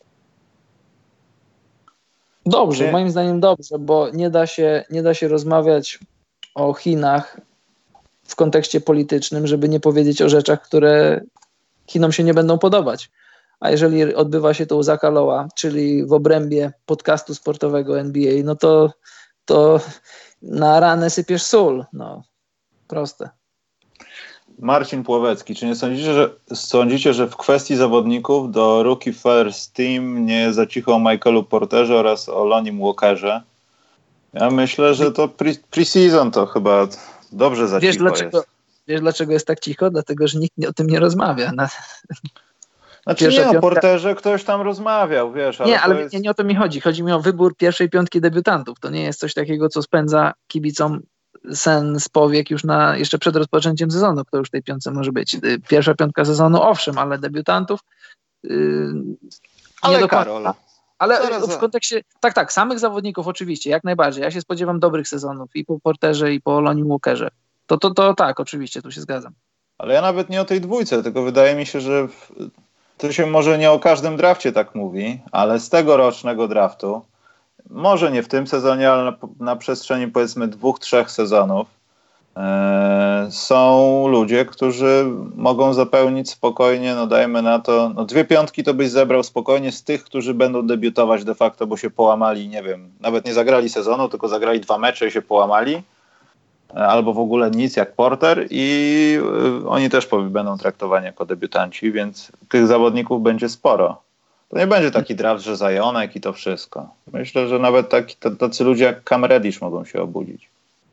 Dobrze, Nie. moim zdaniem dobrze, bo nie da się, nie da się rozmawiać o Chinach w kontekście politycznym, żeby nie powiedzieć o rzeczach, które Chinom się nie będą podobać. A jeżeli odbywa się to u Zacha Lowe'a, czyli w obrębie podcastu sportowego N B A, no to, to na ranę sypiesz sól. No, proste. Marcin Płowecki, czy nie sądzicie, że sądzicie, że w kwestii zawodników do Rookie First Team nie za cicho o Michaelu Porterze oraz o Lonim Walkerze? Ja myślę, że to pre- pre-season to chyba dobrze za wiesz, cicho dlaczego, jest. Wiesz dlaczego jest tak cicho? Dlatego, że nikt o tym nie rozmawia. Na... Znaczy Pierwsza nie, o piątka... Porterze ktoś tam rozmawiał, wiesz. Ale nie, ale jest... nie, nie o to mi chodzi. Chodzi mi o wybór pierwszej piątki debiutantów. To nie jest coś takiego, co spędza kibicom sen z powiek już na, jeszcze przed rozpoczęciem sezonu, kto już w tej piątce może być. Pierwsza piątka sezonu, owszem, ale debiutantów yy, ale nie do Karol, końca. Ale Zaraz, w kontekście, tak, tak, samych zawodników oczywiście, jak najbardziej. Ja się spodziewam dobrych sezonów i po Porterze, i po Lonnie Walkerze. To, to, to tak, oczywiście, tu się zgadzam. Ale ja nawet nie o tej dwójce, tylko wydaje mi się, że w, to się może nie o każdym drafcie tak mówi, ale z tegorocznego draftu, może nie w tym sezonie, ale na, na przestrzeni powiedzmy dwóch, trzech sezonów, e, są ludzie, którzy mogą zapełnić spokojnie, no dajmy na to, no dwie piątki to byś zebrał spokojnie z tych, którzy będą debiutować de facto, bo się połamali, nie wiem, nawet nie zagrali sezonu, tylko zagrali dwa mecze i się połamali, albo w ogóle nic, jak Porter, i y, oni też będą traktowani jako debiutanci, więc tych zawodników będzie sporo. To nie będzie taki draft, że Zajonek i to wszystko. Myślę, że nawet taki, tacy ludzie jak Cam Reddish mogą się obudzić.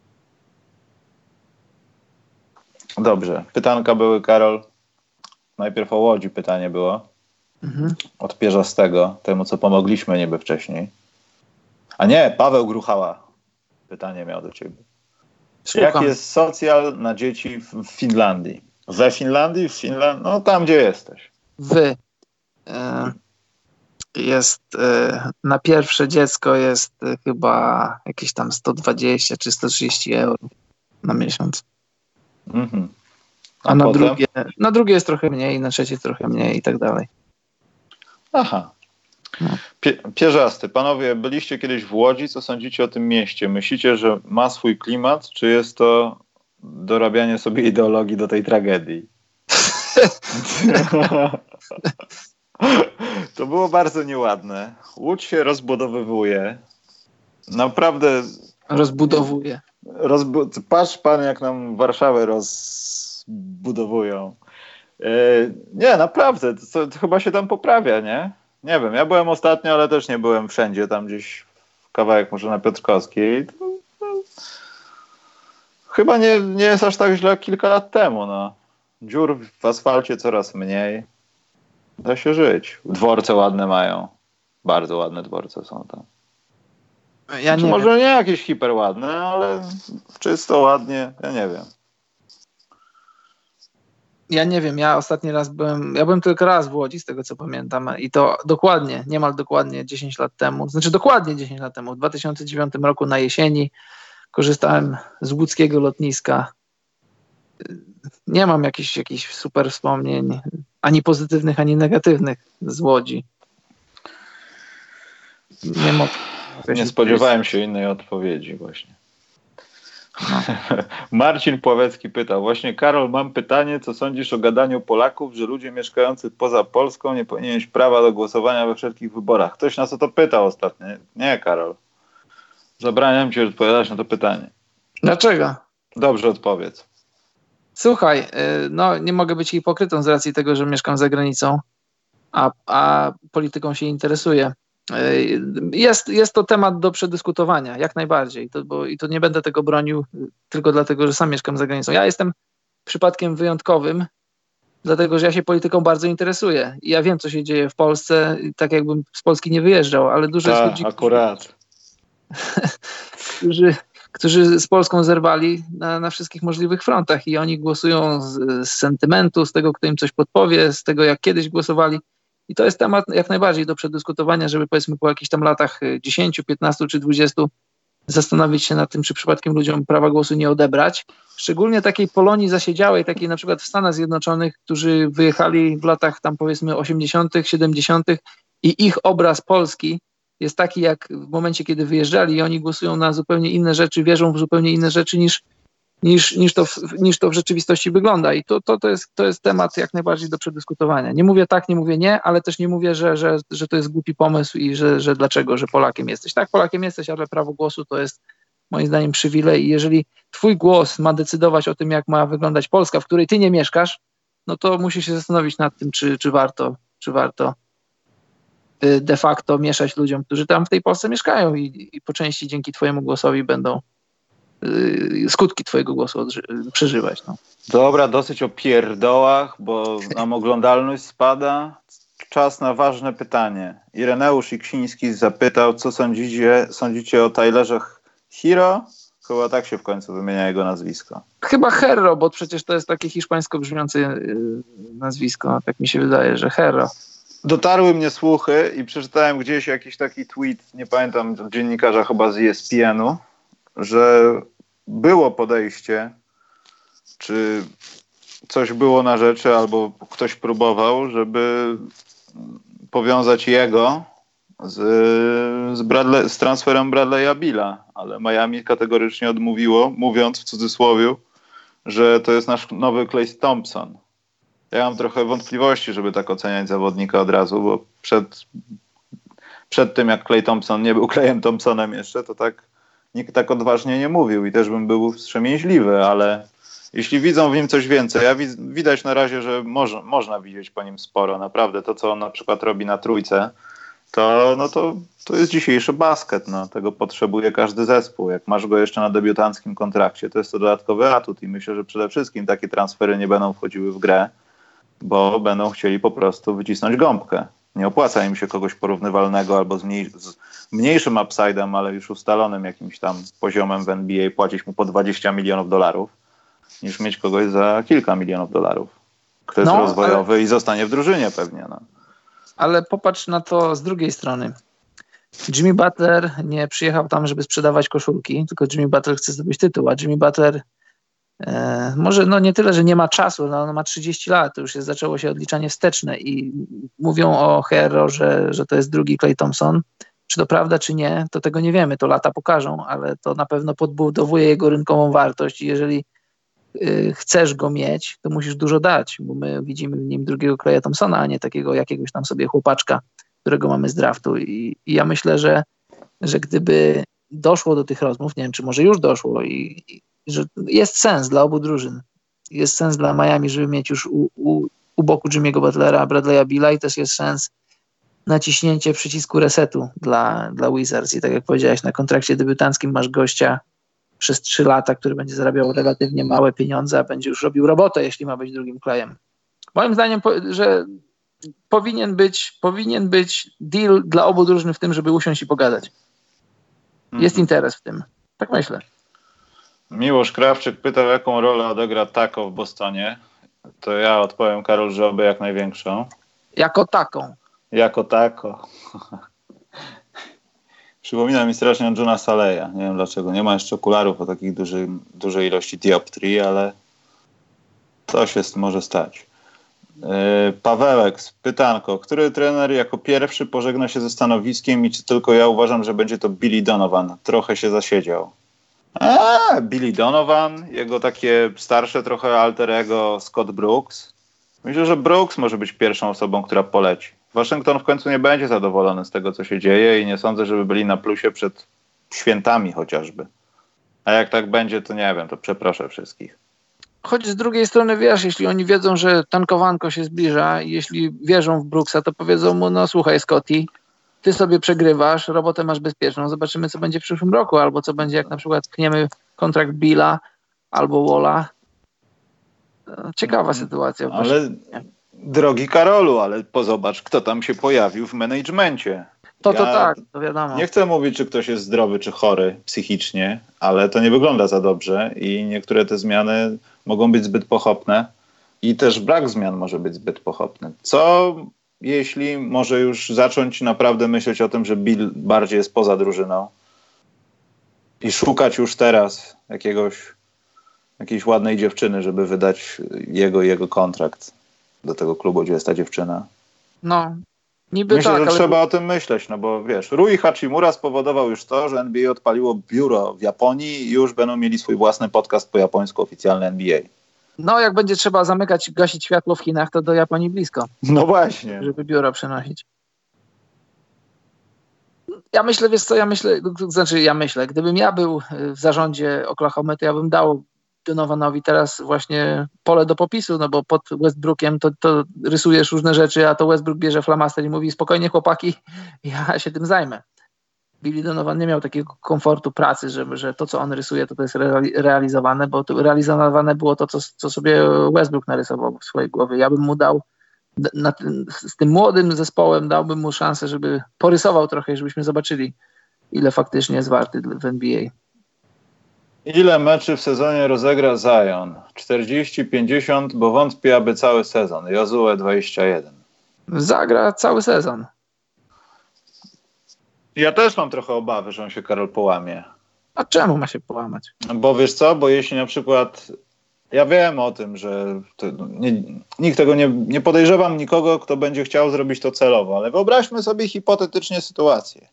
Dobrze. Pytanka były, Karol. Najpierw o Łodzi pytanie było. Mhm. Od Pierzastego, temu co pomogliśmy niby wcześniej. A nie, Paweł Gruchała. Pytanie miał do ciebie. Słucham. Jaki jest socjal na dzieci w Finlandii? We Finlandii? W Finlandii? No tam, gdzie jesteś. Wy. E, jest e, na pierwsze dziecko jest e, chyba jakieś tam sto dwadzieścia czy sto trzydzieści euro na miesiąc. Mhm. A, A na drugie, na drugie jest trochę mniej, na trzecie trochę mniej i tak dalej. Aha. No. Pie, Pierzasty, panowie, byliście kiedyś w Łodzi, co sądzicie o tym mieście? Myślicie, że ma swój klimat, czy jest to dorabianie sobie ideologii do tej tragedii? To było bardzo nieładne. Łódź się rozbudowywuje. Naprawdę... Rozbudowuje. Rozbu- Patrz pan, jak nam Warszawę rozbudowują. Yy, nie, naprawdę, to, to chyba się tam poprawia, nie? Nie wiem, ja byłem ostatnio, ale też nie byłem wszędzie, tam gdzieś w kawałek może na Piotrkowskiej. To, to, chyba nie, nie jest aż tak źle jak kilka lat temu, no. Dziur w asfalcie coraz mniej. Da się żyć. Dworce ładne mają. Bardzo ładne dworce są tam. Ja nie może wiem. nie jakieś hiper ładne, ale czysto ładnie, ja nie wiem. Ja nie wiem, ja ostatni raz byłem, ja byłem tylko raz w Łodzi, z tego co pamiętam, i to dokładnie, niemal dokładnie dziesięć lat temu, znaczy dokładnie dziesięć lat temu, w dwa tysiące dziewiątym roku na jesieni korzystałem z łódzkiego lotniska. Nie mam jakichś, jakichś super wspomnień, ani pozytywnych, ani negatywnych z Łodzi. Nie, mo- nie spodziewałem się innej odpowiedzi właśnie. No. Marcin Pławecki pytał, właśnie Karol, mam pytanie, co sądzisz o gadaniu Polaków, że ludzie mieszkający poza Polską nie powinni mieć prawa do głosowania we wszelkich wyborach? Ktoś nas o to pytał ostatnio. Nie, Karol. Zabraniam ci odpowiadać na to pytanie. Dlaczego? Dobrze odpowiedz. Słuchaj, no nie mogę być hipokrytą z racji tego, że mieszkam za granicą, a, a polityką się interesuję. Jest, jest to temat do przedyskutowania, jak najbardziej. To, bo, I to nie będę tego bronił tylko dlatego, że sam mieszkam za granicą. Ja jestem przypadkiem wyjątkowym, dlatego że ja się polityką bardzo interesuję. I ja wiem, co się dzieje w Polsce, tak jakbym z Polski nie wyjeżdżał, ale dużo Ta, jest ludzi, akurat. którzy, którzy z Polską zerwali na, na wszystkich możliwych frontach i oni głosują z, z sentymentu, z tego, kto im coś podpowie, z tego, jak kiedyś głosowali. I to jest temat jak najbardziej do przedyskutowania, żeby powiedzmy po jakichś tam latach dziesięciu, piętnastu czy dwudziestu zastanowić się nad tym, czy przypadkiem ludziom prawa głosu nie odebrać. Szczególnie takiej Polonii zasiedziałej, takiej na przykład w Stanach Zjednoczonych, którzy wyjechali w latach tam powiedzmy osiemdziesiątych, siedemdziesiątych i ich obraz Polski jest taki jak w momencie, kiedy wyjeżdżali i oni głosują na zupełnie inne rzeczy, wierzą w zupełnie inne rzeczy niż Niż, niż, to w, niż to w rzeczywistości wygląda. I to, to, to, jest, to jest temat jak najbardziej do przedyskutowania. Nie mówię tak, nie mówię nie, ale też nie mówię, że, że, że to jest głupi pomysł i że, że dlaczego, że Polakiem jesteś. Tak, Polakiem jesteś, ale prawo głosu to jest moim zdaniem przywilej i jeżeli twój głos ma decydować o tym, jak ma wyglądać Polska, w której ty nie mieszkasz, no to musisz się zastanowić nad tym, czy, czy warto, czy warto de facto mieszać ludziom, którzy tam w tej Polsce mieszkają i, i po części dzięki twojemu głosowi będą skutki twojego głosu odży- przeżywać. No. Dobra, dosyć o pierdołach, bo nam oglądalność spada. Czas na ważne pytanie. Ireneusz Iksiński zapytał, co sądzicie, sądzicie o Tylerze Hero? Chyba tak się w końcu wymienia jego nazwisko. Chyba Herro, bo przecież to jest takie hiszpańsko brzmiące nazwisko. Tak mi się wydaje, że Herro. dotarły mnie słuchy i przeczytałem gdzieś jakiś taki tweet, nie pamiętam, dziennikarza chyba z E S P N u, że było podejście, czy coś było na rzeczy, albo ktoś próbował, żeby powiązać jego z, z, Bradley, z transferem Bradley'a Billa, ale Miami kategorycznie odmówiło, mówiąc w cudzysłowie, że to jest nasz nowy Klay Thompson. Ja mam trochę wątpliwości, żeby tak oceniać zawodnika od razu, bo przed, przed tym, jak Klay Thompson nie był Klayem Thompsonem jeszcze, to tak nikt tak odważnie nie mówił i też bym był wstrzemięźliwy, ale jeśli widzą w nim coś więcej, ja wid- widać na razie, że może, można widzieć po nim sporo, naprawdę. To, co on na przykład robi na trójce, to, no to, to jest dzisiejszy basket, no. Tego potrzebuje każdy zespół. Jak masz go jeszcze na debiutanckim kontrakcie, to jest to dodatkowy atut i myślę, że przede wszystkim takie transfery nie będą wchodziły w grę, bo będą chcieli po prostu wycisnąć gąbkę. Nie opłaca im się kogoś porównywalnego albo z, mniej, z mniejszym upside'em, ale już ustalonym jakimś tam poziomem w N B A płacić mu po dwadzieścia milionów dolarów, niż mieć kogoś za kilka milionów dolarów. Kto jest no, rozwojowy ale... i zostanie w drużynie pewnie. No. Ale popatrz na to z drugiej strony. Jimmy Butler nie przyjechał tam, żeby sprzedawać koszulki, tylko Jimmy Butler chce zdobyć tytuł, a Jimmy Butler e, może no nie tyle, że nie ma czasu, no on ma trzydzieści lat, to już jest, zaczęło się odliczanie wsteczne i mówią o Hero, że, że to jest drugi Klay Thompson. Czy to prawda, czy nie, to tego nie wiemy, to lata pokażą, ale to na pewno podbudowuje jego rynkową wartość i jeżeli y, chcesz go mieć, to musisz dużo dać, bo my widzimy w nim drugiego Klaya Thompsona, a nie takiego jakiegoś tam sobie chłopaczka, którego mamy z draftu i, i ja myślę, że, że gdyby doszło do tych rozmów, nie wiem, czy może już doszło i, i że jest sens dla obu drużyn, jest sens dla Miami, żeby mieć już u, u, u boku Jimmy'ego Butlera, Bradley'a Billa i też jest sens naciśnięcie przycisku resetu dla, dla Wizards i tak jak powiedziałeś, na kontrakcie debiutanckim masz gościa przez trzy lata, który będzie zarabiał relatywnie małe pieniądze, a będzie już robił robotę, jeśli ma być drugim Klayem. Moim zdaniem, że powinien być, powinien być deal dla obu drużyn w tym, żeby usiąść i pogadać. Jest mm. interes w tym. Tak myślę. Miłosz Krawczyk pytał, jaką rolę odegra Tako w Bostonie. To ja odpowiem, Karol, że oby jak największą. Jako taką. Jako tako. Przypomina mi strasznie Johna Saleya. Nie wiem dlaczego. Nie ma jeszcze okularów o takiej dużej, dużej ilości dioptrii, ale coś jest, może stać. Yy, Pawełek, pytanko. Który trener jako pierwszy pożegna się ze stanowiskiem i czy tylko ja uważam, że będzie to Billy Donovan? Trochę się zasiedział. A, Billy Donovan, jego takie starsze trochę alter ego Scott Brooks. Myślę, że Brooks może być pierwszą osobą, która poleci. Waszyngton w końcu nie będzie zadowolony z tego, co się dzieje i nie sądzę, żeby byli na plusie przed świętami chociażby. A jak tak będzie, to nie wiem, to przeproszę wszystkich. Choć z drugiej strony, wiesz, jeśli oni wiedzą, że tankowanko się zbliża i jeśli wierzą w Brooksa, to powiedzą mu, no słuchaj Scotty, ty sobie przegrywasz, robotę masz bezpieczną, zobaczymy, co będzie w przyszłym roku, albo co będzie, jak na przykład pchniemy kontrakt Billa albo Walla. Ciekawa sytuacja. Ale drogi Karolu, ale pozobacz, kto tam się pojawił w menedżmencie. To, to ja tak, to wiadomo. Nie chcę mówić, czy ktoś jest zdrowy, czy chory psychicznie, ale to nie wygląda za dobrze i niektóre te zmiany mogą być zbyt pochopne i też brak zmian może być zbyt pochopny. Co jeśli może już zacząć naprawdę myśleć o tym, że Bill bardziej jest poza drużyną i szukać już teraz jakiegoś jakiejś ładnej dziewczyny, żeby wydać jego jego kontrakt do tego klubu, gdzie jest ta dziewczyna. No, niby Myślę, tak, że ale... trzeba o tym myśleć, no bo wiesz, Rui Hachimura spowodował już to, że N B A odpaliło biuro w Japonii i już będą mieli swój własny podcast po japońsku oficjalny N B A. No, jak będzie trzeba zamykać, gasić światło w Chinach, to do Japonii blisko. No właśnie. Żeby biuro przenosić. Ja myślę, wiesz co, ja myślę, znaczy ja myślę, gdybym ja był w zarządzie Oklahomy, to ja bym dał Donovanowi teraz właśnie pole do popisu, no bo pod Westbrookiem to, to rysujesz różne rzeczy, a to Westbrook bierze flamaster i mówi, spokojnie chłopaki, ja się tym zajmę. Billy Donovan nie miał takiego komfortu pracy, że, że to, co on rysuje, to, to jest realizowane, bo to realizowane było to, co, co sobie Westbrook narysował w swojej głowie. Ja bym mu dał na, z tym młodym zespołem dałbym mu szansę, żeby porysował trochę, żebyśmy zobaczyli, ile faktycznie jest warty w N B A. Ile meczy w sezonie rozegra Zion? czterdzieści pięćdziesiąt, bo wątpię, aby cały sezon. Jozue dwadzieścia jeden. Zagra cały sezon. Ja też mam trochę obawy, że on się, Karol, połamie. A czemu ma się połamać? Bo wiesz co, bo jeśli na przykład, ja wiem o tym, że to, nie, nikt tego nie, nie podejrzewam nikogo, kto będzie chciał zrobić to celowo, ale wyobraźmy sobie hipotetycznie sytuację.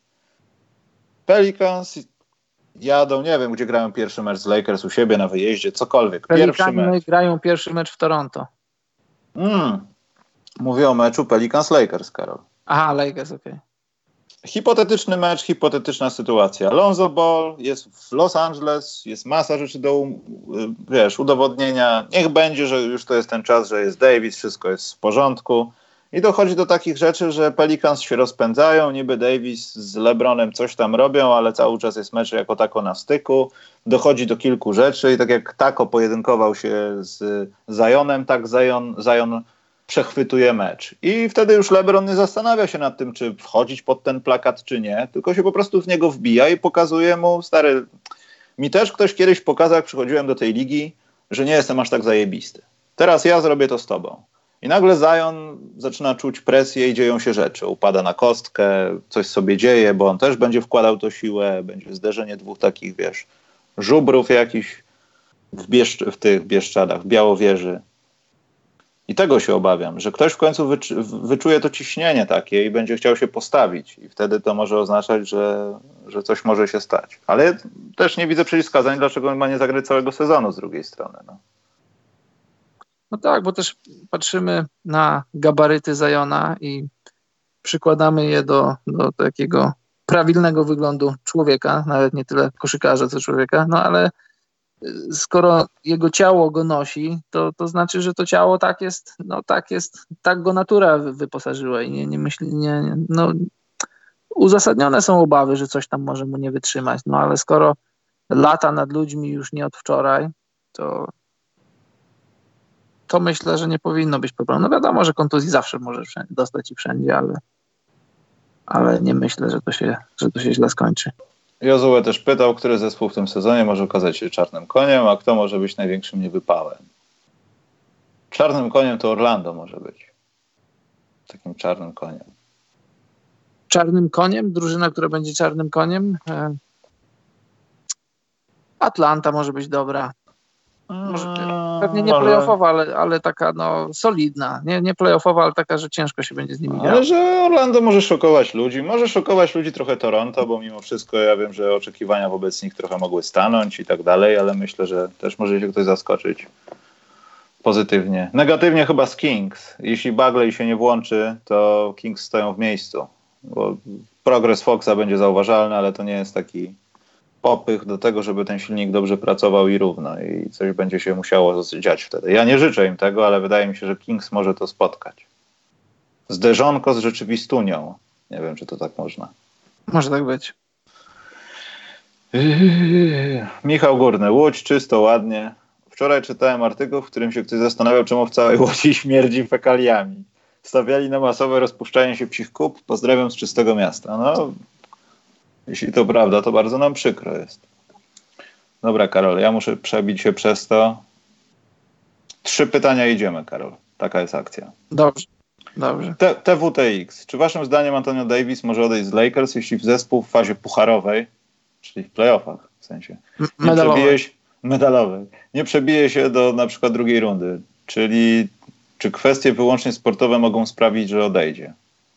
Pelicans jadą, nie wiem, gdzie grają pierwszy mecz z Lakers, u siebie na wyjeździe, cokolwiek. Pierwszy mecz. Grają pierwszy mecz w Toronto. Mm. Mówię o meczu Pelicans-Lakers, Karol. Aha, Lakers, okej. Okay. Hipotetyczny mecz, hipotetyczna sytuacja. Lonzo Ball jest w Los Angeles, jest masa rzeczy do, wiesz, udowodnienia. Niech będzie, że już to jest ten czas, że jest Davis, wszystko jest w porządku. I dochodzi do takich rzeczy, że Pelicans się rozpędzają, niby Davis z LeBronem coś tam robią, ale cały czas jest mecz jako tako na styku. Dochodzi do kilku rzeczy i tak jak Tako pojedynkował się z Zionem, tak Zion, Zion przechwytuje mecz. I wtedy już LeBron nie zastanawia się nad tym, czy wchodzić pod ten plakat, czy nie, tylko się po prostu w niego wbija i pokazuje mu, stary, mi też ktoś kiedyś pokazał, jak przychodziłem do tej ligi, że nie jestem aż tak zajebisty. Teraz ja zrobię to z tobą. I nagle Zion zaczyna czuć presję i dzieją się rzeczy. Upada na kostkę, coś sobie dzieje, bo on też będzie wkładał to siłę, będzie zderzenie dwóch takich, wiesz, żubrów jakichś w, Bieszcz- w tych Bieszczadach, w Białowieży. I tego się obawiam, że ktoś w końcu wycz- wyczuje to ciśnienie takie i będzie chciał się postawić. I wtedy to może oznaczać, że, że coś może się stać. Ale też nie widzę przeciwwskazań, dlaczego on ma nie zagrać całego sezonu z drugiej strony. No. No tak, bo też patrzymy na gabaryty Ziona i przykładamy je do, do takiego prawilnego wyglądu człowieka, nawet nie tyle koszykarza, co człowieka, no ale skoro jego ciało go nosi, to, to znaczy, że to ciało tak jest, no tak jest, tak go natura wyposażyła i nie, nie myśli, nie, nie, no uzasadnione są obawy, że coś tam może mu nie wytrzymać, no ale skoro lata nad ludźmi już nie od wczoraj, to to myślę, że nie powinno być problemu. No wiadomo, że kontuzji zawsze może wszędzie, dostać i wszędzie, ale, ale nie myślę, że to się, że to się źle skończy. Jozue też pytał, który zespół w tym sezonie może okazać się czarnym koniem, a kto może być największym niewypałem. Czarnym koniem to Orlando może być. Takim czarnym koniem. Czarnym koniem? Drużyna, która będzie czarnym koniem? Atlanta może być dobra. Może, pewnie nie może. playoffowa, ale, ale taka no solidna. Nie, nie playoffowa, ale taka, że ciężko się będzie z nimi grało. Ale że Orlando może szokować ludzi. Może szokować ludzi trochę Toronto, bo mimo wszystko ja wiem, że oczekiwania wobec nich trochę mogły stanąć i tak dalej, ale myślę, że też może się ktoś zaskoczyć pozytywnie. Negatywnie chyba z Kings. Jeśli Bagley się nie włączy, to Kings stoją w miejscu. Bo progres Foxa będzie zauważalny, ale to nie jest taki popych do tego, żeby ten silnik dobrze pracował i równo i coś będzie się musiało dziać wtedy. Ja nie życzę im tego, ale wydaje mi się, że Kings może to spotkać. Zderzonko z rzeczywistunią. Nie wiem, czy to tak można. Może tak być. Yy, Michał Górny. Łódź czysto, ładnie. Wczoraj czytałem artykuł, w którym się ktoś zastanawiał, czemu w całej Łodzi śmierdzi fekaliami. Stawiali na masowe rozpuszczanie się psich kup. Pozdrawiam z czystego miasta. No, jeśli to prawda, to bardzo nam przykro jest. Dobra, Karol, ja muszę przebić się przez to. Trzy pytania idziemy, Karol. Taka jest akcja. Dobrze, dobrze. T- T W T X. Czy waszym zdaniem Antonio Davis może odejść z Lakers, jeśli w zespół w fazie pucharowej, czyli w playoffach w sensie, nie medalowej. przebije się, medalowej, nie przebije się do na przykład drugiej rundy? Czyli czy kwestie wyłącznie sportowe mogą sprawić, że odejdzie?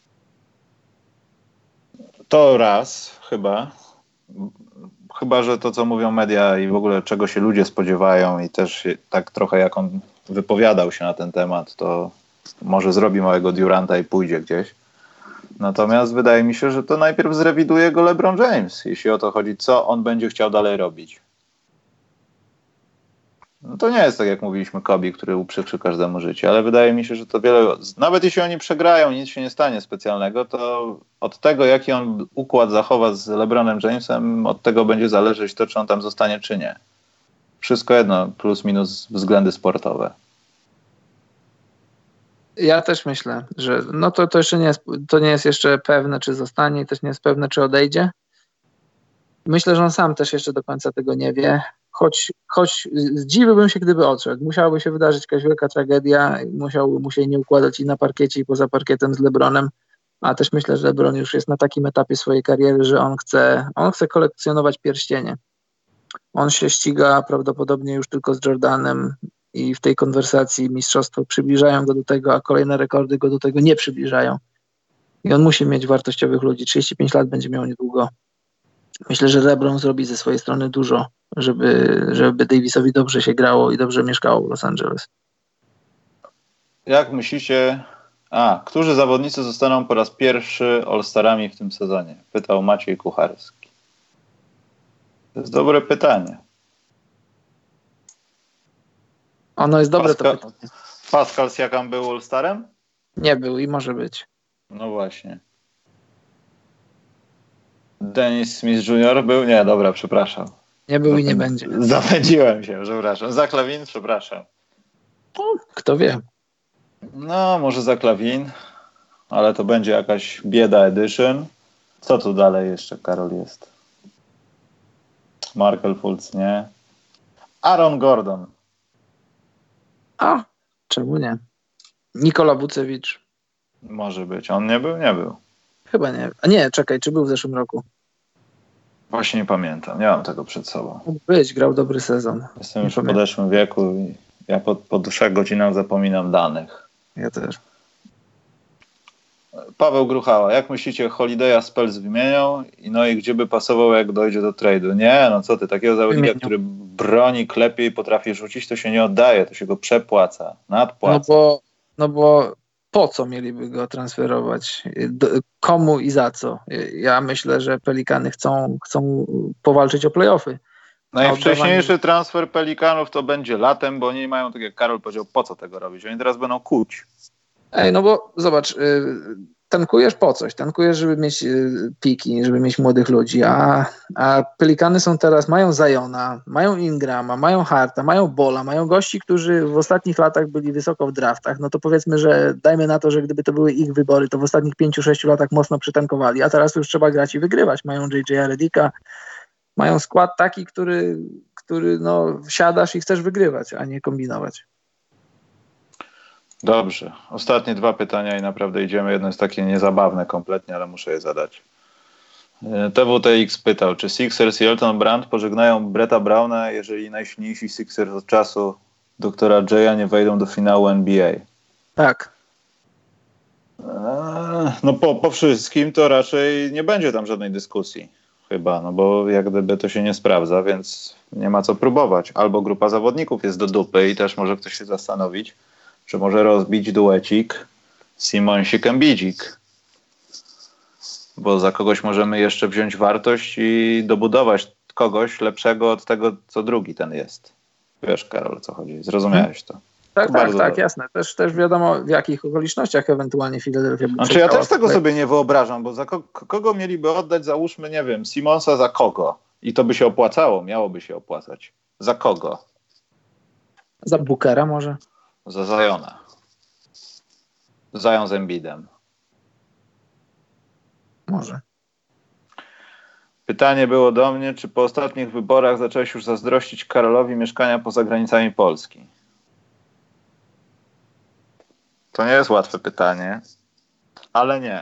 To raz chyba. Chyba, że to, co mówią media i w ogóle czego się ludzie spodziewają i też tak trochę jak on wypowiadał się na ten temat, to może zrobi małego Duranta i pójdzie gdzieś. Natomiast wydaje mi się, że to najpierw zrewiduje go LeBron James, jeśli o to chodzi, co on będzie chciał dalej robić. No to nie jest tak, jak mówiliśmy, Kobe, który uprzykrzy każdemu życie, ale wydaje mi się, że to wiele... Nawet jeśli oni przegrają, nic się nie stanie specjalnego, to od tego, jaki on układ zachowa z LeBronem Jamesem, od tego będzie zależeć to, czy on tam zostanie, czy nie. Wszystko jedno, plus minus względy sportowe. Ja też myślę, że no to, to jeszcze nie jest, to nie jest jeszcze pewne, czy zostanie, też nie jest pewne, czy odejdzie. Myślę, że on sam też jeszcze do końca tego nie wie, choć, choć zdziwiłbym się, gdyby odszedł. Musiałaby się wydarzyć jakaś wielka tragedia, musiałby mu się nie układać i na parkiecie, i poza parkietem z LeBronem, a też myślę, że LeBron już jest na takim etapie swojej kariery, że on chce, on chce kolekcjonować pierścienie. On się ściga prawdopodobnie już tylko z Jordanem i w tej konwersacji mistrzostwo przybliżają go do tego, a kolejne rekordy go do tego nie przybliżają. I on musi mieć wartościowych ludzi. trzydzieści pięć lat będzie miał niedługo. Myślę, że LeBron zrobi ze swojej strony dużo, żeby, żeby Davisowi dobrze się grało i dobrze mieszkało w Los Angeles. Jak myślicie, a, którzy zawodnicy zostaną po raz pierwszy All-Starami w tym sezonie? Pytał Maciej Kucharski. To jest dobre pytanie. Ono jest dobre Pascal, to pytanie. Pascal Siakam był All-Starem? Nie był i może być. No właśnie. Dennis Smith junior był? Nie, dobra, przepraszam. Nie był Zapę... i nie będzie. Zapędziłem się, przepraszam. Zach LaVine, przepraszam. No, kto wie. No, może Zach LaVine, ale to będzie jakaś bieda edition. Co tu dalej jeszcze, Karol, jest? Markel Fultz, nie? Aaron Gordon. A, czemu nie? Nikola Vucevic. Może być. On nie był? Nie był. Chyba nie. A nie, czekaj, czy był w zeszłym roku? Właśnie nie pamiętam. Nie mam tego przed sobą. Mógł być, grał dobry sezon. Jestem nie już pamiętam. w podeszłym wieku i ja po, po trzech godzinach zapominam danych. Ja też. Paweł Gruchała. Jak myślicie, Holiday'a Spurs wymienią? I no i gdzie by pasował, jak dojdzie do trade'u? Nie, no co ty, takiego zawodnika, Wymienią. który broni, klepie i potrafi rzucić, to się nie oddaje, to się go przepłaca, nadpłaca. No bo, no bo po co mieliby go transferować? Do, komu i za co? Ja myślę, że Pelikany chcą, chcą powalczyć o play-offy. Najwcześniejszy transfer Pelikanów to będzie latem, bo oni mają, tak jak Karol powiedział, po co tego robić? Oni teraz będą kuć. Ej, no bo zobacz, tankujesz po coś, tankujesz, żeby mieć piki, żeby mieć młodych ludzi, a, a Pelikany są teraz, mają Ziona, mają Ingrama, mają Harta, mają Bola, mają gości, którzy w ostatnich latach byli wysoko w draftach, no to powiedzmy, że dajmy na to, że gdyby to były ich wybory, to w ostatnich pięciu, sześciu latach mocno przytankowali, a teraz już trzeba grać i wygrywać. Mają J J Redicka, mają skład taki, który, który no siadasz i chcesz wygrywać, a nie kombinować. Dobrze. Ostatnie dwa pytania i naprawdę idziemy. Jedno jest takie niezabawne kompletnie, ale muszę je zadać. T W T X pytał, czy Sixers i Elton Brand pożegnają Bretta Browna, jeżeli najsilniejsi Sixers od czasu doktora Jaya nie wejdą do finału N B A? Tak. Eee, no po, po wszystkim to raczej nie będzie tam żadnej dyskusji. Chyba, no bo jak gdyby to się nie sprawdza, więc nie ma co próbować. Albo grupa zawodników jest do dupy i też może ktoś się zastanowić, czy może rozbić duecik Simonsik-Embidzik. Bo za kogoś możemy jeszcze wziąć wartość i dobudować kogoś lepszego od tego, co drugi ten jest. Wiesz, Karol, o co chodzi? Zrozumiałeś to? Tak, to tak, tak, dobre. Jasne. Też, też wiadomo, w jakich okolicznościach ewentualnie Philadelphia by Znaczy ja też tego sobie nie wyobrażam, bo za ko- kogo mieliby oddać, załóżmy, nie wiem, Simonsa za kogo? I to by się opłacało, miałoby się opłacać. Za kogo? Za Bookera może? Za Ziona. Zion z Embiidem. Może. Pytanie było do mnie, czy po ostatnich wyborach zacząłeś już zazdrościć Karolowi mieszkania poza granicami Polski? To nie jest łatwe pytanie, ale nie.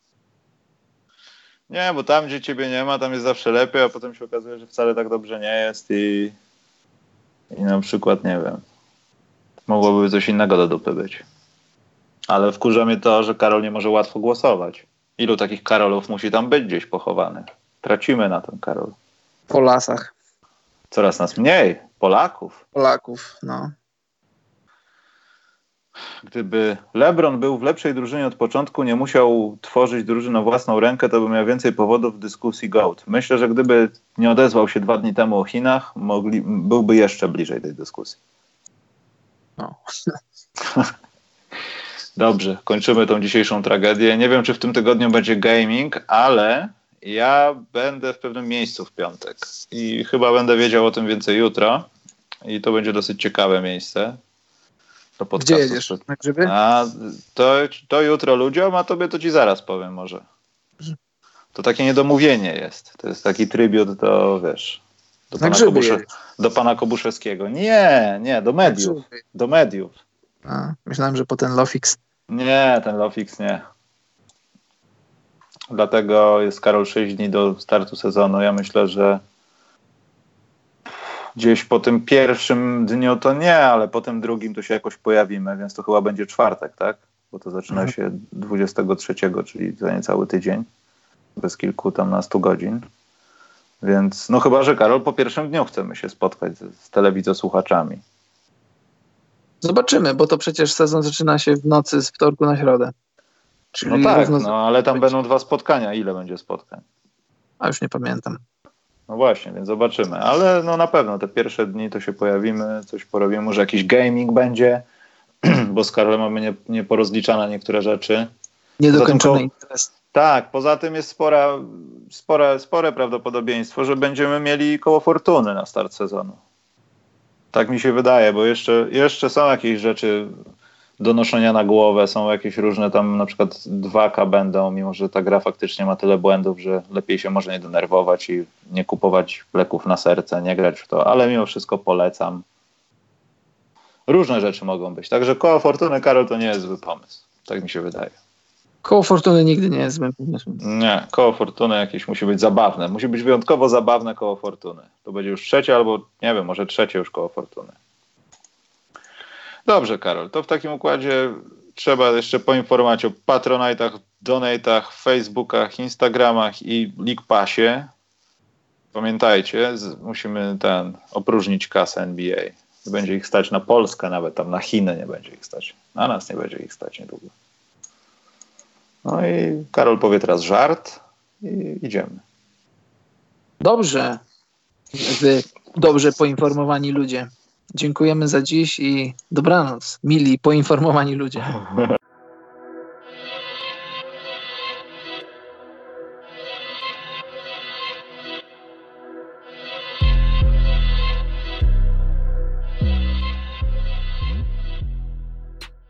Nie, bo tam, gdzie ciebie nie ma, tam jest zawsze lepiej, a potem się okazuje, że wcale tak dobrze nie jest i, i na przykład, nie wiem, mogłoby coś innego do dupy być. Ale wkurza mnie to, że Karol nie może łatwo głosować. Ilu takich Karolów musi tam być gdzieś pochowanych? Tracimy na tym, Karol. Po lasach. Coraz nas mniej. Polaków. Polaków, no. Gdyby LeBron był w lepszej drużynie od początku, nie musiał tworzyć drużyny na własną rękę, to by miał więcej powodów w dyskusji GOAT. Myślę, że gdyby nie odezwał się dwa dni temu o Chinach, mogli, byłby jeszcze bliżej tej dyskusji. No. Dobrze, kończymy tą dzisiejszą tragedię. Nie wiem, czy w tym tygodniu będzie gaming, ale ja będę w pewnym miejscu w piątek i chyba będę wiedział o tym więcej jutro i to będzie dosyć ciekawe miejsce. Do podcastu. Gdzie jedziesz? Na grzyby? A to, to jutro ludziom, a tobie to ci zaraz powiem może. To takie niedomówienie jest. To jest taki tribut do, wiesz, Do Na pana, grzyby Kobusze, jedziesz. do pana Kobuszewskiego. Nie, nie, do mediów. grzyby. Do mediów. A, myślałem, że po ten Lofix. Nie, ten Lofix nie. Dlatego jest Karol sześć dni do startu sezonu. Ja myślę, że gdzieś po tym pierwszym dniu to nie, ale po tym drugim to się jakoś pojawimy, więc to chyba będzie czwartek, tak? Bo to zaczyna się dwudziestego trzeciego, czyli za niecały tydzień, bez kilku tam nastu godzin. Więc no chyba, że Karol po pierwszym dniu chcemy się spotkać z, z telewizosłuchaczami. Zobaczymy, bo to przecież sezon zaczyna się w nocy z wtorku na środę. Czyli No tak, równo- no ale tam będą dwa spotkania. Ile będzie spotkań? A już nie pamiętam. No właśnie, więc zobaczymy. Ale no na pewno te pierwsze dni to się pojawimy, coś porobimy. Może jakiś gaming będzie, bo z Karolem mamy nie, nieporozliczane niektóre rzeczy. Niedokończony ko- interes. Tak, poza tym jest spora, spora, spore prawdopodobieństwo, że będziemy mieli koło fortuny na start sezonu. Tak mi się wydaje, bo jeszcze, jeszcze są jakieś rzeczy do noszenia na głowę, są jakieś różne tam na przykład dwa K będą, mimo że ta gra faktycznie ma tyle błędów, że lepiej się może nie denerwować i nie kupować leków na serce, nie grać w to, ale mimo wszystko polecam. Różne rzeczy mogą być, także koło fortuny, Karol, to nie jest zły pomysł, tak mi się wydaje. Koło fortuny nigdy nie jest złym pomysłem. Nie, koło fortuny jakieś musi być zabawne. Musi być wyjątkowo zabawne koło fortuny. To będzie już trzecie albo, nie wiem, może trzecie już koło fortuny. Dobrze, Karol, to w takim układzie trzeba jeszcze poinformować o Patronite'ach, Donate'ach, Facebookach, Instagramach i League Passie. Pamiętajcie, z, musimy ten opróżnić kasę N B A. Nie będzie ich stać na Polskę, nawet tam na Chiny nie będzie ich stać. Na nas nie będzie ich stać niedługo. No i Karol powie teraz żart i idziemy. Dobrze. Wy dobrze poinformowani ludzie. Dziękujemy za dziś i dobranoc, mili poinformowani ludzie.